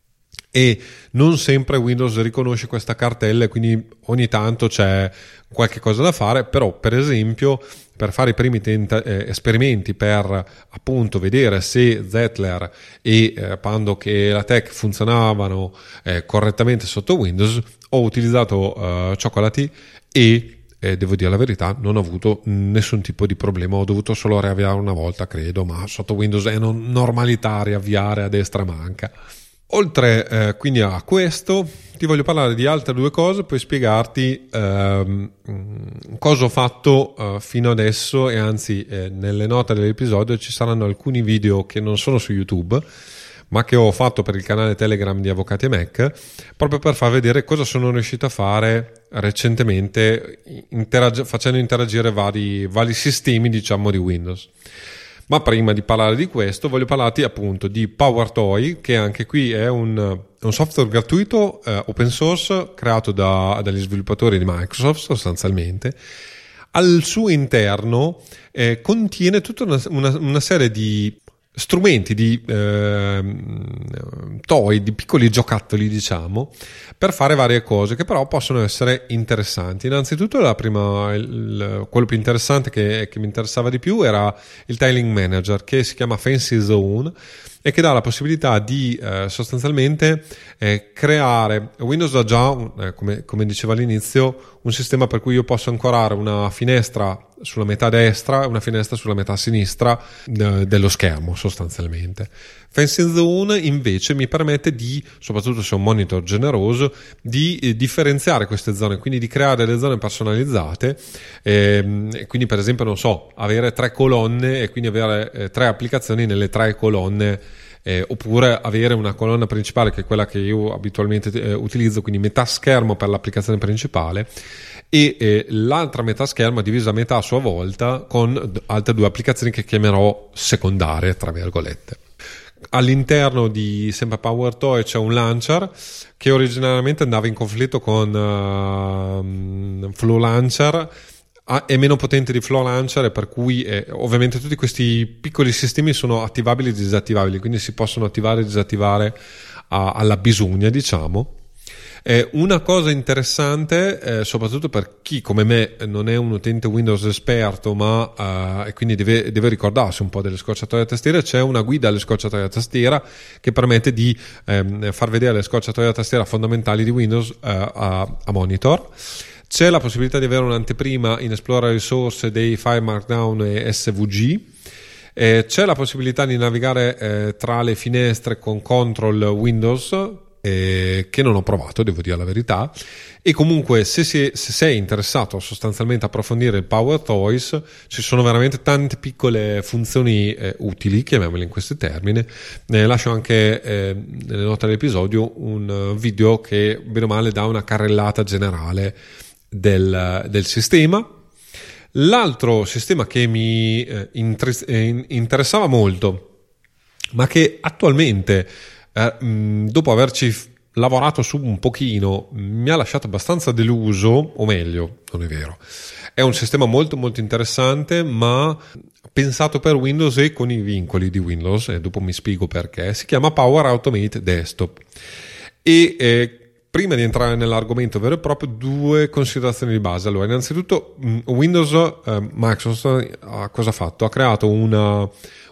e non sempre Windows riconosce questa cartella e quindi ogni tanto c'è qualche cosa da fare. Però per esempio per fare i primi tenta- eh, esperimenti per appunto vedere se Zettler e eh, Pandoc e LaTeX funzionavano eh, correttamente sotto Windows, ho utilizzato eh, Chocolatey e Eh, devo dire la verità, non ho avuto nessun tipo di problema. Ho dovuto solo riavviare una volta, credo, ma sotto Windows è non normalità riavviare a destra manca. Oltre eh, quindi a questo, ti voglio parlare di altre due cose, poi spiegarti ehm, cosa ho fatto eh, fino adesso, e anzi eh, nelle note dell'episodio ci saranno alcuni video che non sono su YouTube ma che ho fatto per il canale Telegram di Avvocati e Mac, proprio per far vedere cosa sono riuscito a fare recentemente interag- facendo interagire vari, vari sistemi, diciamo, di Windows. Ma prima di parlare di questo voglio parlarti appunto di PowerToy, che anche qui è un, un software gratuito eh, open source creato da, dagli sviluppatori di Microsoft sostanzialmente. Al suo interno eh, contiene tutta una, una, una serie di strumenti, di eh, toy, di piccoli giocattoli, diciamo, per fare varie cose che però possono essere interessanti. Innanzitutto la prima, il, quello più interessante che, che mi interessava di più era il Tiling Manager, che si chiama Fancy Zone e che dà la possibilità di eh, sostanzialmente eh, creare. Windows ha già, eh, come, come dicevo all'inizio, un sistema per cui io posso ancorare una finestra sulla metà destra e una finestra sulla metà sinistra eh, dello schermo sostanzialmente. Fancy Zone invece mi permette di, soprattutto se ho un monitor generoso, di eh, differenziare queste zone, quindi di creare delle zone personalizzate, ehm, e quindi per esempio non so, avere tre colonne e quindi avere eh, tre applicazioni nelle tre colonne, eh, oppure avere una colonna principale che è quella che io abitualmente eh, utilizzo, quindi metà schermo per l'applicazione principale e eh, l'altra metà schermo divisa a metà a sua volta con altre due applicazioni che chiamerò secondarie, tra virgolette. All'interno di sempre PowerToy c'è un launcher che originariamente andava in conflitto con uh, Flow Launcher, è meno potente di Flow Launcher, e per cui eh, ovviamente tutti questi piccoli sistemi sono attivabili e disattivabili, quindi si possono attivare e disattivare a, alla bisogna, diciamo. Eh, una cosa interessante, eh, soprattutto per chi come me non è un utente Windows esperto, ma eh, e quindi deve, deve ricordarsi un po' delle scorciatoie a tastiera, c'è una guida alle scorciatoie a tastiera che permette di ehm, far vedere le scorciatoie a tastiera fondamentali di Windows eh, a, a monitor. C'è la possibilità di avere un'anteprima in Explorer risorse dei file Markdown e S V G. Eh, c'è la possibilità di navigare eh, tra le finestre con Control Windows, eh, che non ho provato, devo dire la verità. E comunque se, si, se sei interessato sostanzialmente a approfondire il PowerToys, ci sono veramente tante piccole funzioni eh, utili, chiamiamole in questi termini. Ne lascio anche eh, nelle note dell'episodio un video che bene o male dà una carrellata generale del, del sistema. L'altro sistema che mi eh, inter- eh, interessava molto, ma che attualmente eh, mh, dopo averci f- lavorato su un pochino mi ha lasciato abbastanza deluso, o meglio, non è vero, è un sistema molto molto interessante, ma pensato per Windows e con i vincoli di Windows, e dopo mi spiego perché. Si chiama Power Automate Desktop e eh, prima di entrare nell'argomento vero e proprio, due considerazioni di base. Allora, innanzitutto Windows, eh, Microsoft ha cosa ha fatto? Ha creato una,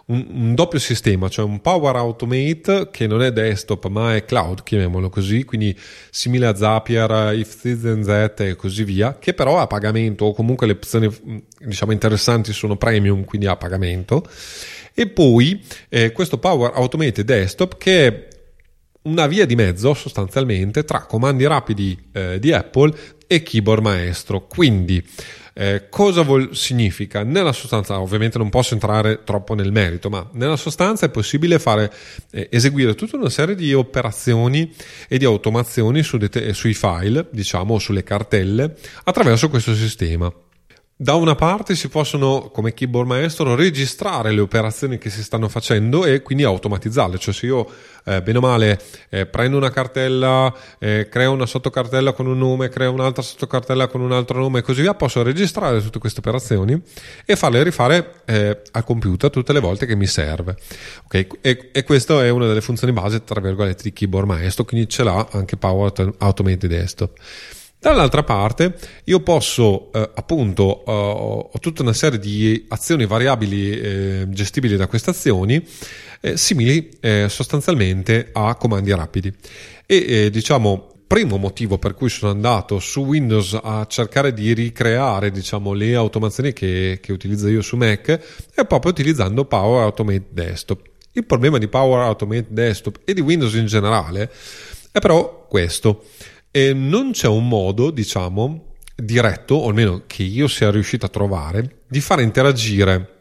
un, un doppio sistema, cioè un Power Automate che non è desktop ma è cloud, chiamiamolo così, quindi simile a Zapier, If This Then That e così via, che però è a pagamento, o comunque le opzioni diciamo interessanti sono premium, quindi a pagamento. E poi eh, questo Power Automate Desktop che è una via di mezzo sostanzialmente tra comandi rapidi eh, di Apple e keyboard maestro. Quindi eh, cosa vuol, significa? Nella sostanza, ovviamente non posso entrare troppo nel merito, ma nella sostanza è possibile fare eh, eseguire tutta una serie di operazioni e di automazioni su de- sui file, diciamo, sulle cartelle attraverso questo sistema. Da una parte si possono, come keyboard maestro, registrare le operazioni che si stanno facendo e quindi automatizzarle. Cioè se io eh, bene o male eh, prendo una cartella, eh, creo una sottocartella con un nome, creo un'altra sottocartella con un altro nome e così via, posso registrare tutte queste operazioni e farle rifare eh, al computer tutte le volte che mi serve. Okay? E, e questa è una delle funzioni base, tra virgolette, di keyboard maestro, quindi ce l'ha anche Power Automate Desktop. Dall'altra parte io posso eh, appunto eh, ho tutta una serie di azioni variabili eh, gestibili da queste azioni eh, simili eh, sostanzialmente a comandi rapidi e eh, diciamo primo motivo per cui sono andato su Windows a cercare di ricreare diciamo le automazioni che, che utilizzo io su Mac è proprio utilizzando Power Automate Desktop. Il problema di Power Automate Desktop e di Windows in generale è però questo. E non c'è un modo, diciamo, diretto, o almeno che io sia riuscito a trovare, di fare interagire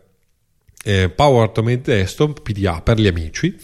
eh, Power Automate Desktop, P D A per gli amici,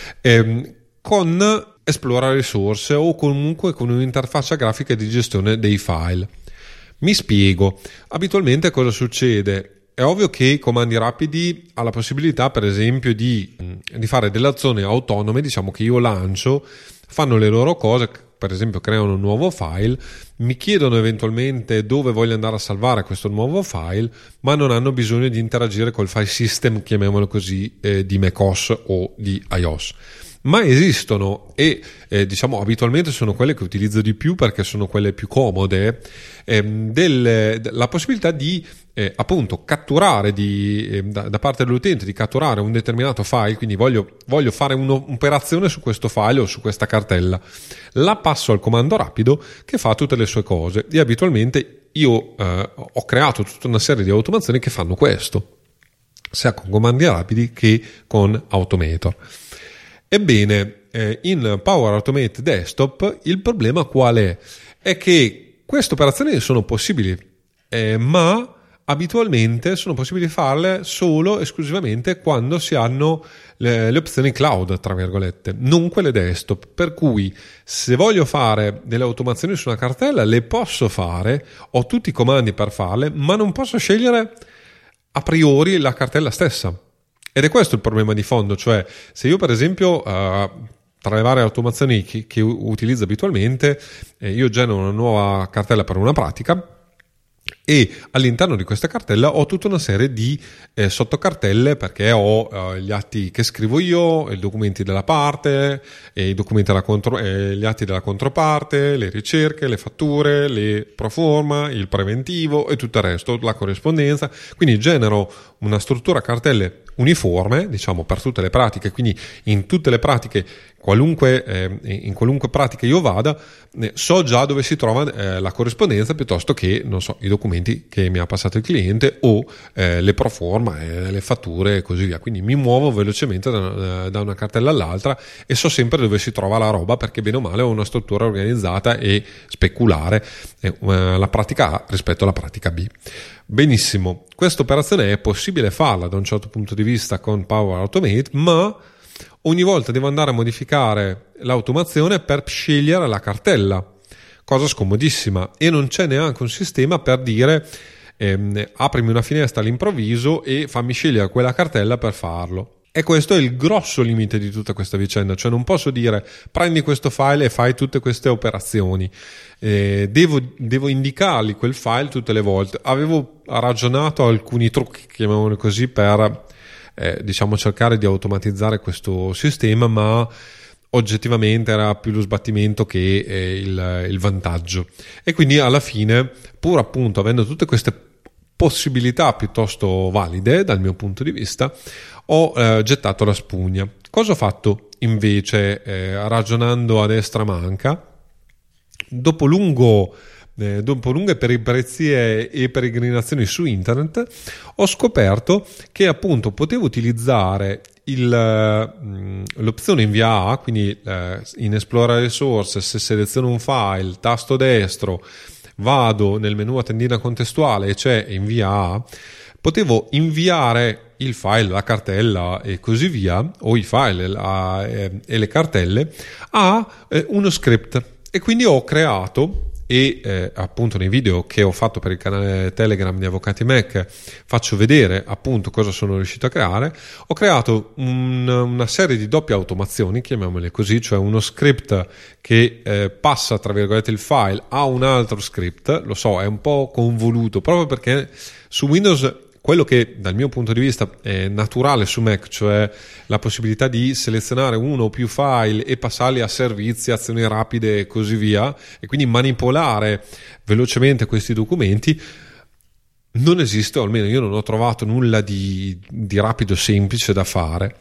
ehm, con Explora risorse o comunque con un'interfaccia grafica di gestione dei file. Mi spiego. Abitualmente cosa succede? È ovvio che i comandi rapidi ha la possibilità, per esempio, di, di fare delle azioni autonome, diciamo che io lancio, fanno le loro cose, per esempio creano un nuovo file, mi chiedono eventualmente dove voglio andare a salvare questo nuovo file, ma non hanno bisogno di interagire col file system, chiamiamolo così, eh, di macOS o di iOS. Ma esistono e eh, diciamo abitualmente sono quelle che utilizzo di più perché sono quelle più comode, ehm, del, la possibilità di eh, appunto catturare di, eh, da, da parte dell'utente di catturare un determinato file, quindi voglio, voglio fare uno, un'operazione su questo file o su questa cartella, la passo al comando rapido che fa tutte le sue cose e abitualmente io eh, ho creato tutta una serie di automazioni che fanno questo, sia con comandi rapidi che con Automator. Ebbene, eh, in Power Automate Desktop il problema qual è? È che queste operazioni sono possibili, eh, ma abitualmente sono possibili farle solo esclusivamente quando si hanno le, le opzioni cloud, tra virgolette, non quelle desktop. Per cui se voglio fare delle automazioni su una cartella le posso fare, ho tutti i comandi per farle, ma non posso scegliere a priori la cartella stessa. Ed è questo il problema di fondo, cioè se io per esempio uh, tra le varie automazioni che, che utilizzo abitualmente eh, io genero una nuova cartella per una pratica e all'interno di questa cartella ho tutta una serie di eh, sottocartelle perché ho eh, gli atti che scrivo io, i documenti della parte, e i documenti della contro, eh, gli atti della controparte, le ricerche, le fatture, le proforma, il preventivo e tutto il resto, la corrispondenza. Quindi genero una struttura a cartelle uniforme, diciamo, per tutte le pratiche, quindi in tutte le pratiche, qualunque, eh, in qualunque pratica io vada, eh, so già dove si trova eh, la corrispondenza piuttosto che, non so, i documenti che mi ha passato il cliente o eh, le proforma, eh, le fatture e così via. Quindi mi muovo velocemente da, da una cartella all'altra e so sempre dove si trova la roba perché bene o male ho una struttura organizzata e speculare eh, la pratica A rispetto alla pratica B. Benissimo, questa operazione è possibile farla da un certo punto di vista con Power Automate, ma ogni volta devo andare a modificare l'automazione per scegliere la cartella, cosa scomodissima, e non c'è neanche un sistema per dire ehm, aprimi una finestra all'improvviso e fammi scegliere quella cartella per farlo. E questo è il grosso limite di tutta questa vicenda, cioè non posso dire prendi questo file e fai tutte queste operazioni, eh, devo, devo indicargli quel file tutte le volte. Avevo ragionato alcuni trucchi, chiamiamoli così, per eh, diciamo cercare di automatizzare questo sistema, ma oggettivamente era più lo sbattimento che eh, il, il vantaggio, e quindi alla fine, pur appunto avendo tutte queste possibilità piuttosto valide dal mio punto di vista, ho eh, gettato la spugna. Cosa ho fatto invece, eh, ragionando a destra manca? Dopo lungo Eh, dopo lunghe peripezie e peregrinazioni su internet, ho scoperto che appunto potevo utilizzare il, mh, l'opzione invia A, quindi eh, in esplorare source, se seleziono un file, tasto destro, vado nel menu a tendina contestuale e c'è invia A, potevo inviare il file, la cartella e così via, o i file la, eh, e le cartelle a eh, uno script, e quindi ho creato, e eh, appunto nei video che ho fatto per il canale Telegram di Avvocati Mac faccio vedere appunto cosa sono riuscito a creare. Ho creato un, una serie di doppie automazioni, chiamiamole così, cioè uno script che eh, passa tra virgolette il file a un altro script. Lo so, è un po' convoluto proprio perché su Windows quello che dal mio punto di vista è naturale su Mac, cioè la possibilità di selezionare uno o più file e passarli a servizi, azioni rapide e così via, e quindi manipolare velocemente questi documenti, non esiste, o almeno io non ho trovato nulla di, di rapido semplice da fare.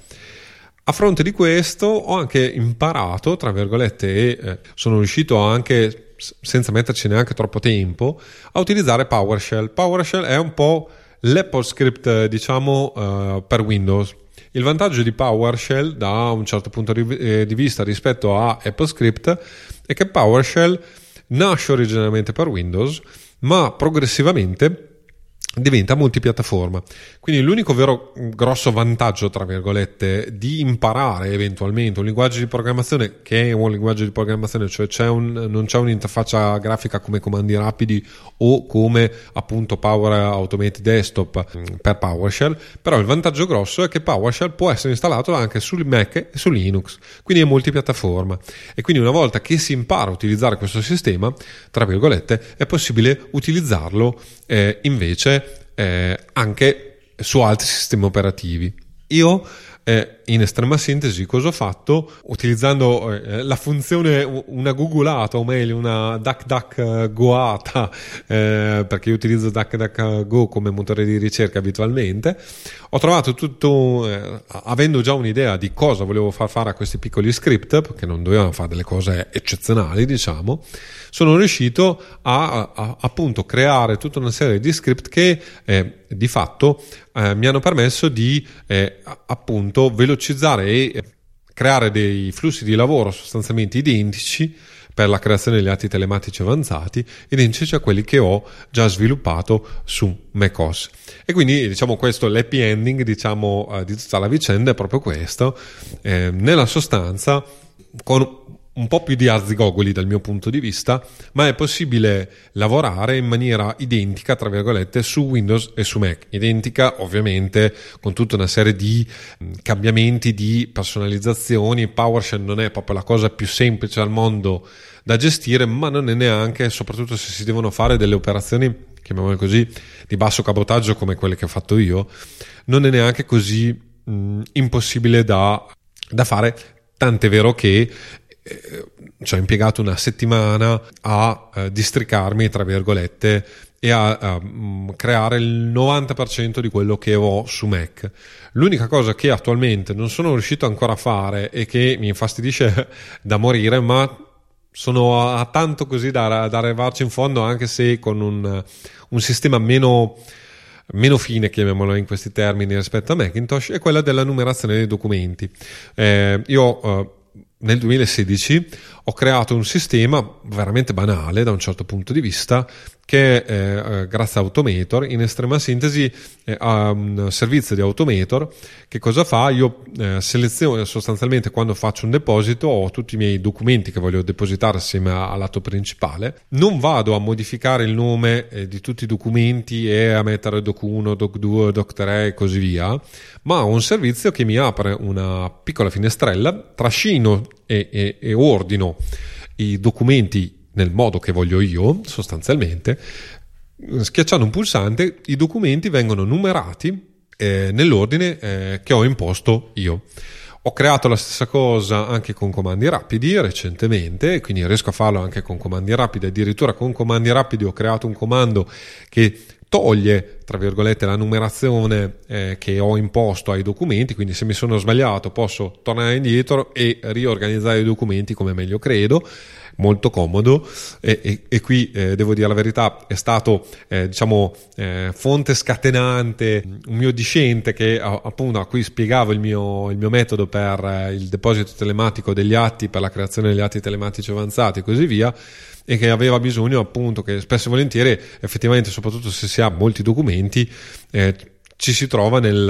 A fronte di questo ho anche imparato, tra virgolette, e eh, sono riuscito anche, senza metterci neanche troppo tempo, a utilizzare PowerShell. PowerShell è un po' l'Apple Script, diciamo, uh, per Windows. Il vantaggio di PowerShell da un certo punto di vista rispetto a Apple Script è che PowerShell nasce originariamente per Windows, ma progressivamente diventa multipiattaforma. Quindi l'unico vero grosso vantaggio, tra virgolette, di imparare eventualmente un linguaggio di programmazione che è un linguaggio di programmazione, cioè c'è un, non c'è un'interfaccia grafica come comandi rapidi o come appunto Power Automate Desktop per PowerShell, però il vantaggio grosso è che PowerShell può essere installato anche sul Mac e su Linux, quindi è multipiattaforma, e quindi una volta che si impara a utilizzare questo sistema, tra virgolette, è possibile utilizzarlo eh, invece Eh, anche su altri sistemi operativi. Io eh, in estrema sintesi cosa ho fatto? Utilizzando eh, la funzione, una googolata o meglio una DuckDuckGoata, eh, perché io utilizzo DuckDuckGo come motore di ricerca abitualmente, ho trovato tutto, eh, avendo già un'idea di cosa volevo far fare a questi piccoli script, perché non dovevano fare delle cose eccezionali, diciamo, sono riuscito a, a appunto creare tutta una serie di script che eh, di fatto eh, mi hanno permesso di eh, appunto velocizzare e creare dei flussi di lavoro sostanzialmente identici per la creazione degli atti telematici avanzati, identici a quelli che ho già sviluppato su macOS. E quindi diciamo questo, l'happy ending, diciamo, eh, di tutta la vicenda è proprio questo. Eh, nella sostanza, con un po' più di arzigogoli dal mio punto di vista, ma è possibile lavorare in maniera identica, tra virgolette, su Windows e su Mac. Identica ovviamente con tutta una serie di cambiamenti, di personalizzazioni. PowerShell non è proprio la cosa più semplice al mondo da gestire, ma non è neanche, soprattutto se si devono fare delle operazioni, chiamiamole così, di basso cabotaggio come quelle che ho fatto io, non è neanche così mh, impossibile da, da fare, tant'è vero che ci ho impiegato una settimana a uh, districarmi, tra virgolette, e a, a um, creare il novanta per cento di quello che ho su Mac. L'unica cosa che attualmente non sono riuscito ancora a fare e che mi infastidisce da morire, ma sono a tanto così da, da arrivarci in fondo, anche se con un, un sistema meno meno fine, chiamiamolo in questi termini, rispetto a Macintosh, è quella della numerazione dei documenti. Eh, io uh, nel duemilasedici ho creato un sistema veramente banale da un certo punto di vista, che eh, grazie a Automator, in estrema sintesi eh, ha un servizio di Automator. Che cosa fa? Io eh, seleziono sostanzialmente, quando faccio un deposito, ho tutti i miei documenti che voglio depositare assieme all'atto principale, non vado a modificare il nome eh, di tutti i documenti e a mettere doc uno, doc due, doc tre e così via, ma ho un servizio che mi apre una piccola finestrella, trascino e, e, e ordino i documenti nel modo che voglio io, sostanzialmente. Schiacciando un pulsante, i documenti vengono numerati eh, nell'ordine eh, che ho imposto io. Ho creato la stessa cosa anche con comandi rapidi recentemente, quindi riesco a farlo anche con comandi rapidi. Addirittura con comandi rapidi ho creato un comando che toglie tra virgolette la numerazione eh, che ho imposto ai documenti, quindi se mi sono sbagliato posso tornare indietro e riorganizzare i documenti come meglio credo. Molto comodo, e, e, e qui eh, devo dire la verità, è stato eh, diciamo eh, fonte scatenante un mio discente che appunto a cui spiegavo il mio, il mio metodo per eh, il deposito telematico degli atti, per la creazione degli atti telematici avanzati e così via, e che aveva bisogno appunto che spesso e volentieri effettivamente, soprattutto se si ha molti documenti, eh, ci si trova nel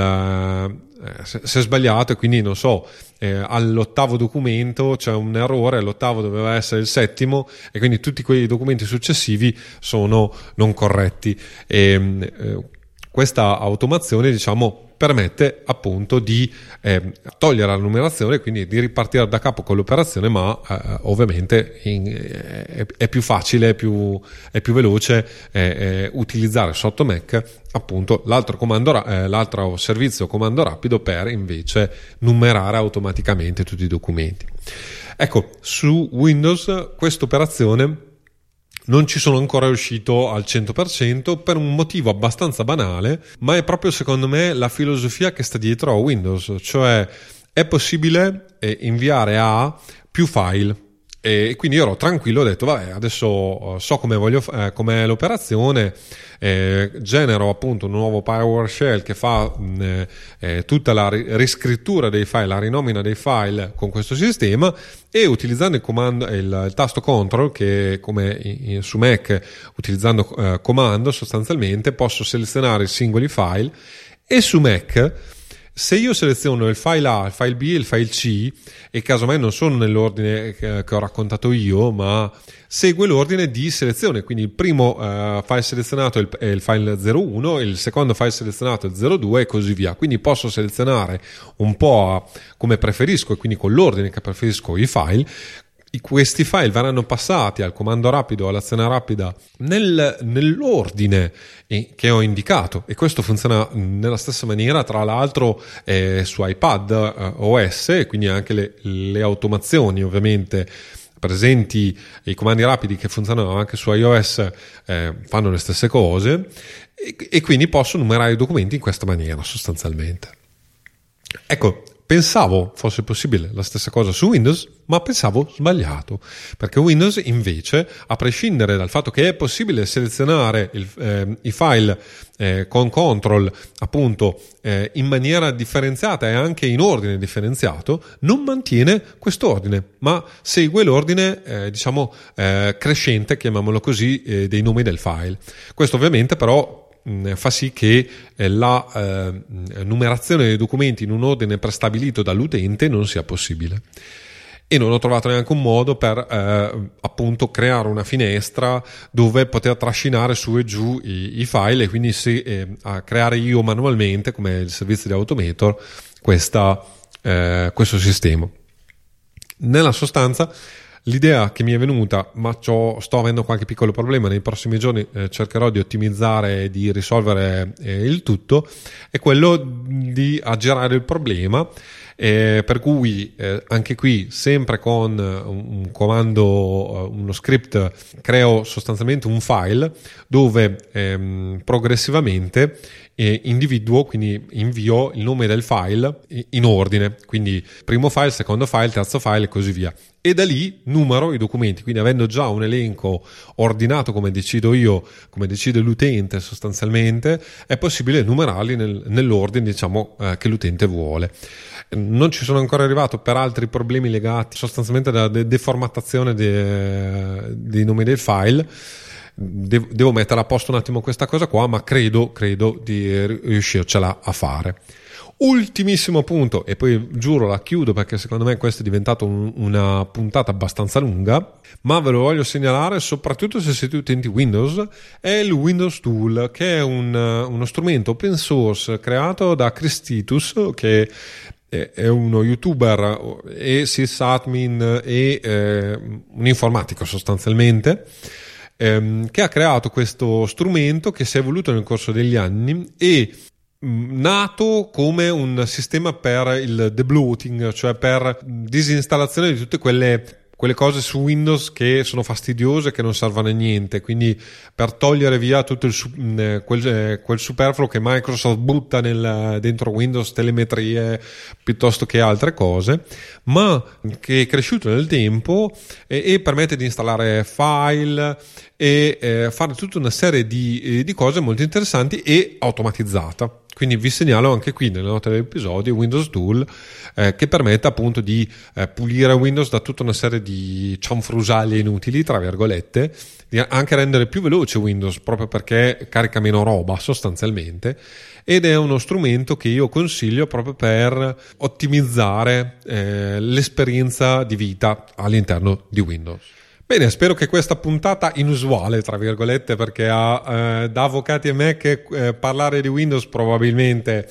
eh, se, se è sbagliato, e quindi non so, eh, all'ottavo documento c'è un errore, l'ottavo doveva essere il settimo e quindi tutti quei documenti successivi sono non corretti. E eh, questa automazione, diciamo, permette appunto di eh, togliere la numerazione, quindi di ripartire da capo con l'operazione, ma eh, ovviamente in, eh, è, è più facile, è più, è più veloce eh, eh, utilizzare sotto Mac appunto l'altro comando, eh, l'altro servizio comando rapido per invece numerare automaticamente tutti i documenti. Ecco, su Windows questa operazione non ci sono ancora riuscito al cento per cento per un motivo abbastanza banale, ma è proprio secondo me la filosofia che sta dietro a Windows, cioè è possibile eh, inviare a più file. E quindi io ero tranquillo, ho detto vabbè, adesso so come voglio, eh, com'è l'operazione, eh, genero appunto un nuovo PowerShell che fa eh, eh, tutta la riscrittura dei file, la rinomina dei file con questo sistema, e utilizzando il comando, il, il tasto control, che come in, su Mac utilizzando eh, comando sostanzialmente posso selezionare i singoli file, e su Mac se io seleziono il file A, il file B e il file C, e casomai non sono nell'ordine che, che ho raccontato io, ma segue l'ordine di selezione, quindi il primo uh, file selezionato è il, è il file zero uno, il secondo file selezionato è il zero due e così via. Quindi posso selezionare un po' a, come preferisco, e quindi con l'ordine che preferisco i file. Questi file verranno passati al comando rapido, all'azione rapida nel, nell'ordine che ho indicato, e questo funziona nella stessa maniera tra l'altro eh, su iPad eh, O S, quindi anche le, le automazioni ovviamente presenti, i comandi rapidi che funzionano anche su iOS eh, fanno le stesse cose, e, e quindi posso numerare i documenti in questa maniera sostanzialmente. Ecco, pensavo fosse possibile la stessa cosa su Windows, ma pensavo sbagliato, perché Windows invece, a prescindere dal fatto che è possibile selezionare il, eh, i file eh, con control appunto eh, in maniera differenziata e anche in ordine differenziato, non mantiene quest'ordine, ma segue l'ordine eh, diciamo eh, crescente, chiamiamolo così, eh, dei nomi del file. Questo ovviamente però fa sì che la eh, numerazione dei documenti in un ordine prestabilito dall'utente non sia possibile, e non ho trovato neanche un modo per eh, appunto creare una finestra dove poter trascinare su e giù i, i file, e quindi se, eh, a creare io manualmente, come il servizio di Automator, questa, eh, questo sistema. Nella sostanza l'idea che mi è venuta, ma sto avendo qualche piccolo problema, nei prossimi giorni eh, cercherò di ottimizzare e di risolvere eh, il tutto, è quello di aggirare il problema, eh, per cui eh, anche qui sempre con un, un comando, uno script, creo sostanzialmente un file dove ehm, progressivamente eh, individuo, quindi invio il nome del file in ordine, quindi primo file, secondo file, terzo file e così via, e da lì numero i documenti. Quindi avendo già un elenco ordinato come decido io, come decide l'utente sostanzialmente, è possibile numerarli nel, nell'ordine diciamo eh, che l'utente vuole. Non ci sono ancora arrivato per altri problemi legati sostanzialmente alla de- deformattazione de- dei nomi del file. De- devo mettere a posto un attimo questa cosa qua, ma credo, credo di riuscircela a fare. Ultimissimo punto, e poi giuro la chiudo perché secondo me questo è diventato un, una puntata abbastanza lunga, ma ve lo voglio segnalare soprattutto se siete utenti Windows, è il Windows Tool, che è un, uno strumento open source creato da Chris Titus, che è uno youtuber e sysadmin e eh, un informatico sostanzialmente, ehm, che ha creato questo strumento che si è evoluto nel corso degli anni e nato come un sistema per il debloating, cioè per disinstallazione di tutte quelle quelle cose su Windows che sono fastidiose, che non servono a niente, quindi per togliere via tutto il, quel, quel superfluo che Microsoft butta nel, dentro Windows, telemetrie piuttosto che altre cose, ma che è cresciuto nel tempo e, e permette di installare file e eh, fare tutta una serie di, di cose molto interessanti e automatizzata. Quindi vi segnalo anche qui nelle note dell'episodio Windows Tool eh, che permette appunto di eh, pulire Windows da tutta una serie di cianfrusaglie inutili, tra virgolette, di anche rendere più veloce Windows proprio perché carica meno roba sostanzialmente, ed è uno strumento che io consiglio proprio per ottimizzare eh, l'esperienza di vita all'interno di Windows. Bene, spero che questa puntata inusuale, tra virgolette, perché a, eh, da avvocati e Mac eh, parlare di Windows probabilmente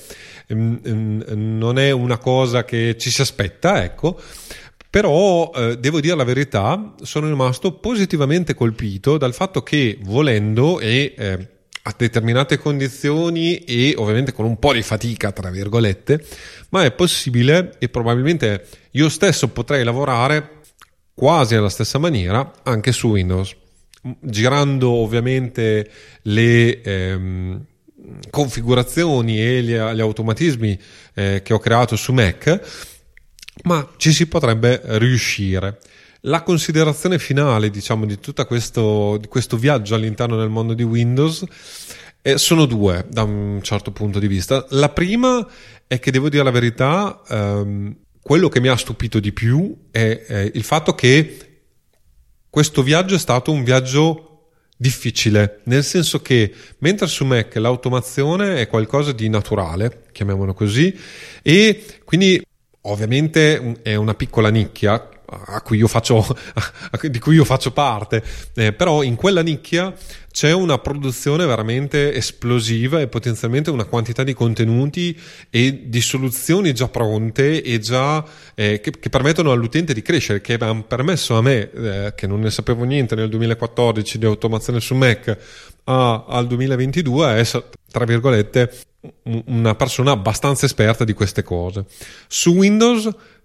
mm, non è una cosa che ci si aspetta, ecco, però eh, devo dire la verità, sono rimasto positivamente colpito dal fatto che volendo e eh, a determinate condizioni e ovviamente con un po' di fatica, tra virgolette, ma è possibile e probabilmente io stesso potrei lavorare quasi nella stessa maniera anche su Windows, girando ovviamente le ehm, configurazioni e gli, gli automatismi eh, che ho creato su Mac, ma ci si potrebbe riuscire. La considerazione finale, diciamo, di tutto questo, di questo viaggio all'interno del mondo di Windows eh, sono due da un certo punto di vista. La prima è che devo dire la verità, ehm, quello che mi ha stupito di più è, è il fatto che questo viaggio è stato un viaggio difficile, nel senso che mentre su Mac l'automazione è qualcosa di naturale, chiamiamolo così, e quindi ovviamente è una piccola nicchia a cui io faccio, di cui io faccio parte, eh, però in quella nicchia c'è una produzione veramente esplosiva e potenzialmente una quantità di contenuti e di soluzioni già pronte e già eh, che, che permettono all'utente di crescere, che hanno permesso a me, eh, che non ne sapevo niente nel duemilaquattordici di automazione su Mac, a, al duemilaventidue a essere, tra virgolette, una persona abbastanza esperta di queste cose. Su Windows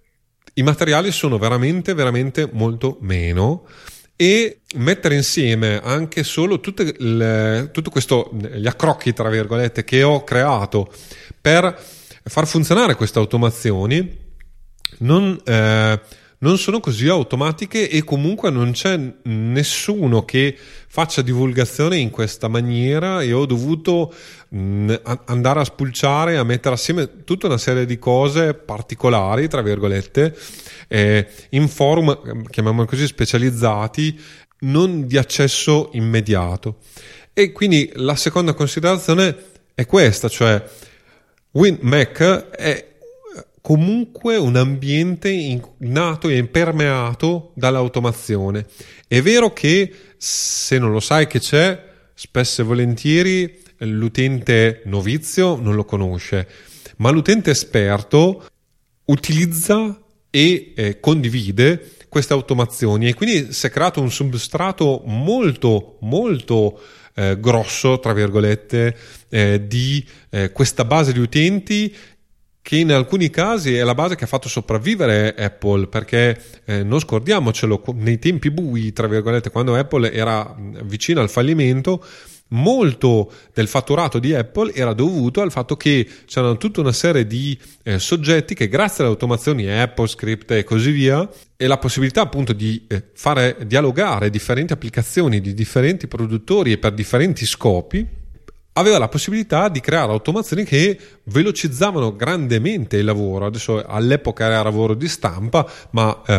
i materiali sono veramente, veramente molto meno, e mettere insieme anche solo tutte le, tutto questo, gli accrocchi, tra virgolette, che ho creato per far funzionare queste automazioni non, eh, non sono così automatiche, e comunque non c'è nessuno che faccia divulgazione in questa maniera, e ho dovuto mh, andare a spulciare, a mettere assieme tutta una serie di cose particolari, tra virgolette, eh, in forum, chiamiamoli così, specializzati, non di accesso immediato. E quindi la seconda considerazione è questa, cioè Win Mac è comunque un ambiente in, nato e impermeato dall'automazione. È vero che se non lo sai che c'è, spesso e volentieri l'utente novizio non lo conosce, ma l'utente esperto utilizza e eh, condivide queste automazioni, e quindi si è creato un substrato molto molto eh, grosso, tra virgolette, eh, di eh, questa base di utenti, che in alcuni casi è la base che ha fatto sopravvivere Apple, perché eh, non scordiamocelo, nei tempi bui, tra virgolette, quando Apple era vicina al fallimento, molto del fatturato di Apple era dovuto al fatto che c'erano tutta una serie di eh, soggetti che, grazie alle automazioni AppleScript e così via, e la possibilità appunto di eh, fare dialogare differenti applicazioni di differenti produttori e per differenti scopi, aveva la possibilità di creare automazioni che velocizzavano grandemente il lavoro. Adesso all'epoca era lavoro di stampa, ma eh,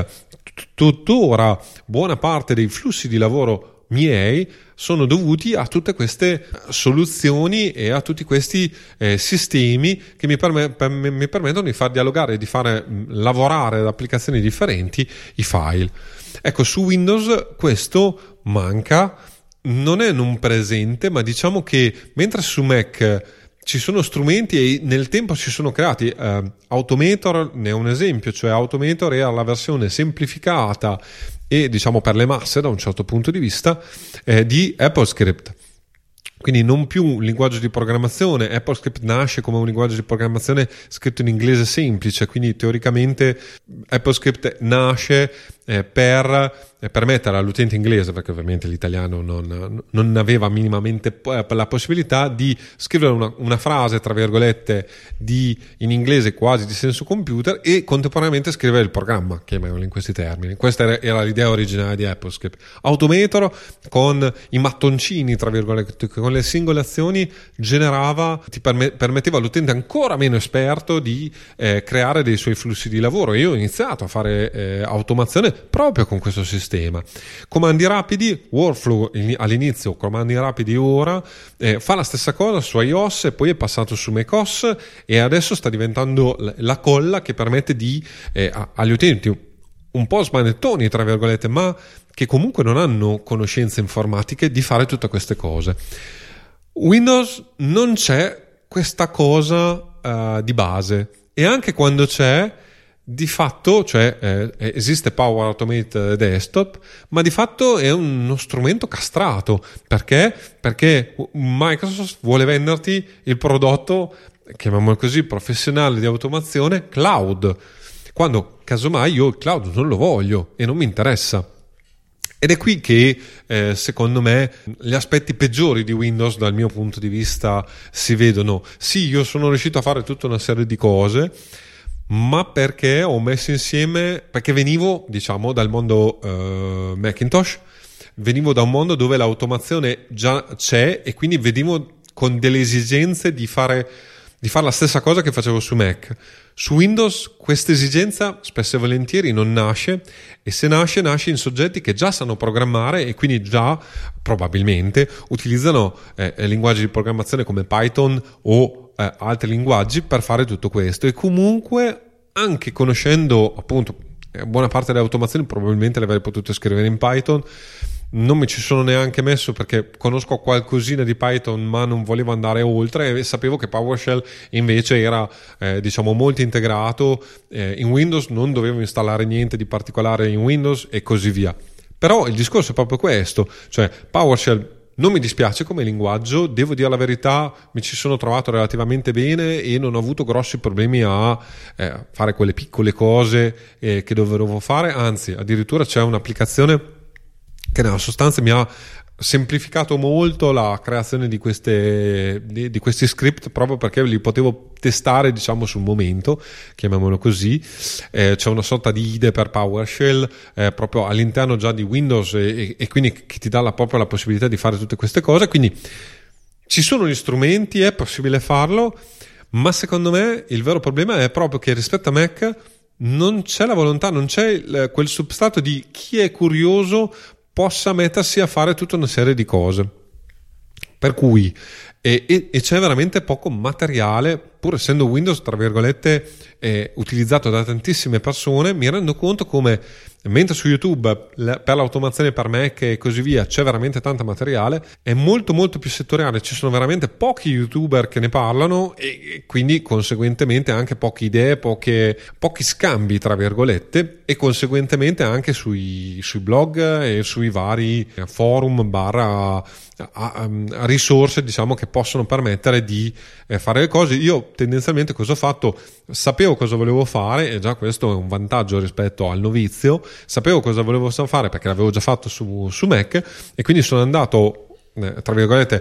tuttora buona parte dei flussi di lavoro miei sono dovuti a tutte queste soluzioni e a tutti questi eh, sistemi che mi, perm- per- mi permettono di far dialogare e di fare mh, lavorare ad applicazioni differenti i file. Ecco, su Windows questo manca. Non è non presente, ma diciamo che mentre su Mac ci sono strumenti e nel tempo si sono creati, eh, Automator ne è un esempio, cioè Automator è la versione semplificata e diciamo per le masse da un certo punto di vista eh, di AppleScript. Quindi non più un linguaggio di programmazione. AppleScript nasce come un linguaggio di programmazione scritto in inglese semplice, quindi teoricamente AppleScript nasce eh, per permettere all'utente inglese, perché ovviamente l'italiano non, non aveva minimamente la possibilità di scrivere una, una frase tra virgolette di, in inglese quasi di senso computer e contemporaneamente scrivere il programma, chiamiamolo in questi termini. Questa era, era l'idea originale di AppleScript. Automator con i mattoncini tra virgolette, con le singole azioni generava, ti perme, permetteva all'utente ancora meno esperto di eh, creare dei suoi flussi di lavoro. Io ho iniziato a fare eh, automazione proprio con questo sistema. Comandi rapidi, workflow all'inizio, comandi rapidi ora, eh, fa la stessa cosa su iOS e poi è passato su macOS e adesso sta diventando la colla che permette di eh, agli utenti un po' smanettoni tra virgolette, ma che comunque non hanno conoscenze informatiche, di fare tutte queste cose. Windows non c'è questa cosa uh, di base, e anche quando c'è, di fatto, cioè eh, esiste Power Automate Desktop, ma di fatto è uno strumento castrato. Perché? Perché Microsoft vuole venderti il prodotto, chiamiamolo così, professionale di automazione cloud, quando casomai io il cloud non lo voglio e non mi interessa. Ed è qui che eh, secondo me gli aspetti peggiori di Windows dal mio punto di vista si vedono. Sì, io sono riuscito a fare tutta una serie di cose, ma perché ho messo insieme, perché venivo diciamo dal mondo uh, Macintosh, venivo da un mondo dove l'automazione già c'è e quindi venivo con delle esigenze di fare di fare la stessa cosa che facevo su Mac. Su Windows questa esigenza spesso e volentieri non nasce, e se nasce nasce in soggetti che già sanno programmare e quindi già probabilmente utilizzano eh, linguaggi di programmazione come Python o Eh, altri linguaggi per fare tutto questo. E comunque, anche conoscendo appunto buona parte delle automazioni, probabilmente le avrei potute scrivere in Python. Non mi ci sono neanche messo perché conosco qualcosina di Python, ma non volevo andare oltre, e sapevo che PowerShell invece era eh, diciamo molto integrato eh, in Windows, non dovevo installare niente di particolare in Windows e così via. Però il discorso è proprio questo, cioè PowerShell non mi dispiace come linguaggio, devo dire la verità, mi ci sono trovato relativamente bene e non ho avuto grossi problemi a eh, fare quelle piccole cose eh, che dovevo fare, anzi addirittura c'è un'applicazione che nella sostanza mi ha semplificato molto la creazione di queste di, di questi script, proprio perché li potevo testare diciamo sul momento, chiamiamolo così. Eh, c'è una sorta di I D E per PowerShell eh, proprio all'interno già di Windows e, e quindi che ti dà la, proprio la possibilità di fare tutte queste cose. Quindi ci sono gli strumenti, è possibile farlo, ma secondo me il vero problema è proprio che rispetto a Mac non c'è la volontà, non c'è il, quel substrato di chi è curioso possa mettersi a fare tutta una serie di cose, per cui e, e, e c'è veramente poco materiale, pur essendo Windows tra virgolette eh, utilizzato da tantissime persone. Mi rendo conto come mentre su YouTube la, per l'automazione per Mac e così via c'è veramente tanto materiale, è molto molto più settoriale, ci sono veramente pochi YouTuber che ne parlano e, e quindi conseguentemente anche poche idee, poche, pochi scambi tra virgolette, e conseguentemente anche sui, sui blog e sui vari forum barra a, a, a risorse diciamo che possono permettere di eh, fare le cose. Io tendenzialmente cosa ho fatto? Sapevo cosa volevo fare, e già questo è un vantaggio rispetto al novizio. Sapevo cosa volevo fare perché l'avevo già fatto su, su Mac, e quindi sono andato eh, tra virgolette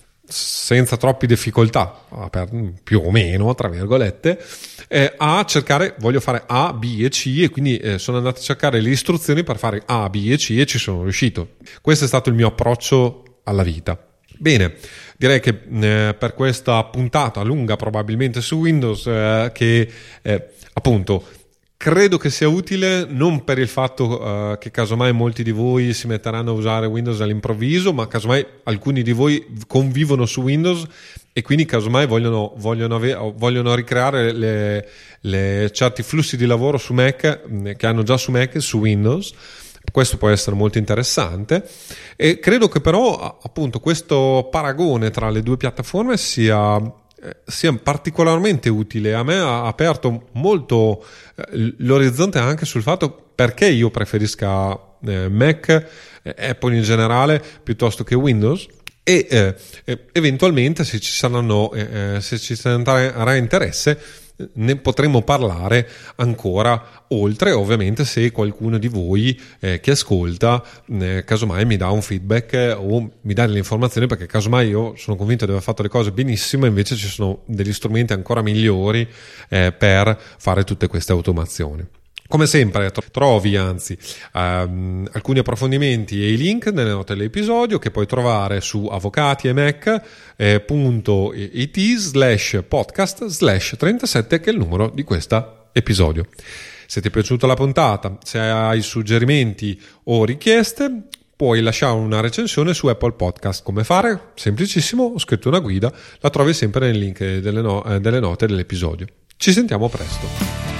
senza troppe difficoltà, per, più o meno tra virgolette, eh, a cercare, voglio fare A, B e C, e quindi eh, sono andato a cercare le istruzioni per fare A, B e C e ci sono riuscito. Questo è stato il mio approccio alla vita. Bene, direi che eh, per questa puntata lunga probabilmente su Windows eh, che eh, appunto credo che sia utile, non per il fatto uh, che casomai molti di voi si metteranno a usare Windows all'improvviso, ma casomai alcuni di voi convivono su Windows e quindi casomai vogliono, vogliono, ave- vogliono ricreare le, le certi flussi di lavoro su Mac che hanno già su Mac su Windows. Questo può essere molto interessante, e credo che però appunto questo paragone tra le due piattaforme sia sia particolarmente utile. A me ha aperto molto eh, l'orizzonte anche sul fatto perché io preferisca eh, Mac, eh, Apple in generale, piuttosto che Windows, e eh, eventualmente se ci saranno eh, se ci sarà interesse ne potremo parlare ancora oltre, ovviamente se qualcuno di voi eh, che ascolta eh, casomai mi dà un feedback eh, o mi dà delle informazioni, perché casomai io sono convinto di aver fatto le cose benissimo e invece ci sono degli strumenti ancora migliori eh, per fare tutte queste automazioni. Come sempre trovi anzi um, alcuni approfondimenti e i link nelle note dell'episodio, che puoi trovare su avvocatiemec.it slash podcast slash trentasette, che è il numero di questo episodio. Se ti è piaciuta la puntata, se hai suggerimenti o richieste, puoi lasciare una recensione su Apple Podcast. Come fare? Semplicissimo, ho scritto una guida, la trovi sempre nel link delle, no- delle note dell'episodio. Ci sentiamo presto.